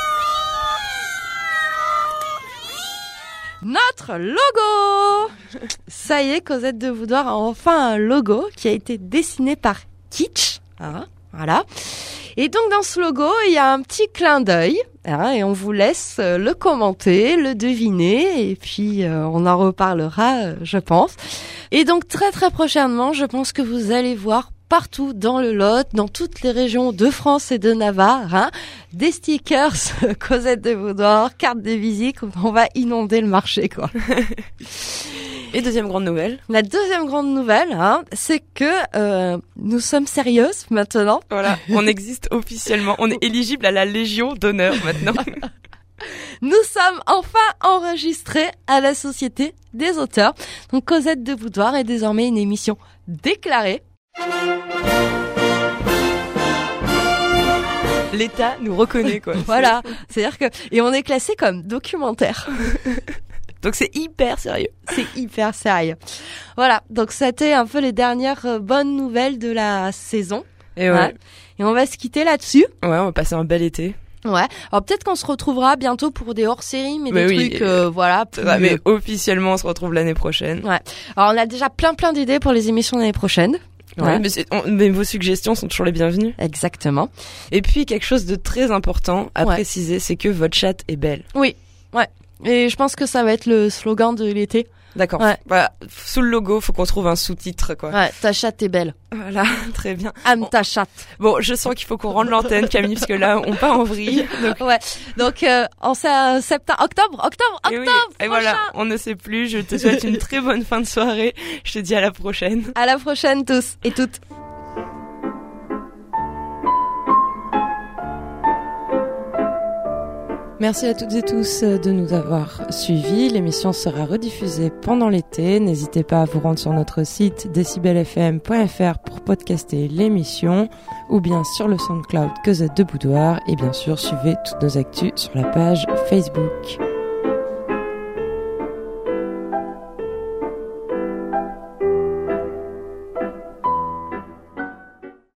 Notre logo! Ça y est, Cosette de Boudoir a enfin un logo qui a été dessiné par Kitsch. Voilà. Et donc dans ce logo, il y a un petit clin d'œil, et on vous laisse le commenter, le deviner, et puis on en reparlera, je pense. Et donc très très prochainement, je pense que vous allez voir partout dans le Lot, dans toutes les régions de France et de Navarre, des stickers Cosette de Boudoir, cartes de visite, on va inonder le marché, quoi. Et deuxième grande nouvelle. La deuxième grande nouvelle, c'est que nous sommes sérieuses maintenant. Voilà, on existe officiellement, on est éligible à la Légion d'honneur maintenant. Nous sommes enfin enregistrés à la Société des auteurs. Donc Cosette de Boudoir est désormais une émission déclarée. L'État nous reconnaît, quoi. Voilà, c'est-à-dire que et on est classé comme documentaire. Donc c'est hyper sérieux. C'est hyper sérieux. Voilà, donc c'était un peu les dernières bonnes nouvelles de la saison. Et ouais. Et on va se quitter là-dessus. Ouais, on va passer un bel été. Ouais. Alors peut-être qu'on se retrouvera bientôt pour des hors-séries, mais des trucs, voilà. Plus... mais officiellement, on se retrouve l'année prochaine. Ouais. Alors on a déjà plein d'idées pour les émissions l'année prochaine. Ouais. Mais vos suggestions sont toujours les bienvenues. Exactement. Et puis quelque chose de très important à préciser, c'est que votre chatte est belle. Oui. Ouais. Et je pense que ça va être le slogan de l'été. D'accord. Ouais. Voilà. Sous le logo, faut qu'on trouve un sous-titre, quoi. Ouais, ta chatte est belle. Voilà, très bien. Ame ta chatte. Bon, je sens qu'il faut qu'on rende l'antenne, Camille, parce que là, on part en vrille. Donc... Ouais. Donc, en octobre. Et oui. Et voilà, on ne sait plus. Je te souhaite une très bonne fin de soirée. Je te dis à la prochaine. À la prochaine, tous et toutes. Merci à toutes et tous de nous avoir suivis. L'émission sera rediffusée pendant l'été. N'hésitez pas à vous rendre sur notre site decibelfm.fr pour podcaster l'émission ou bien sur le SoundCloud Cosette de Boudoir. Et bien sûr, suivez toutes nos actus sur la page Facebook.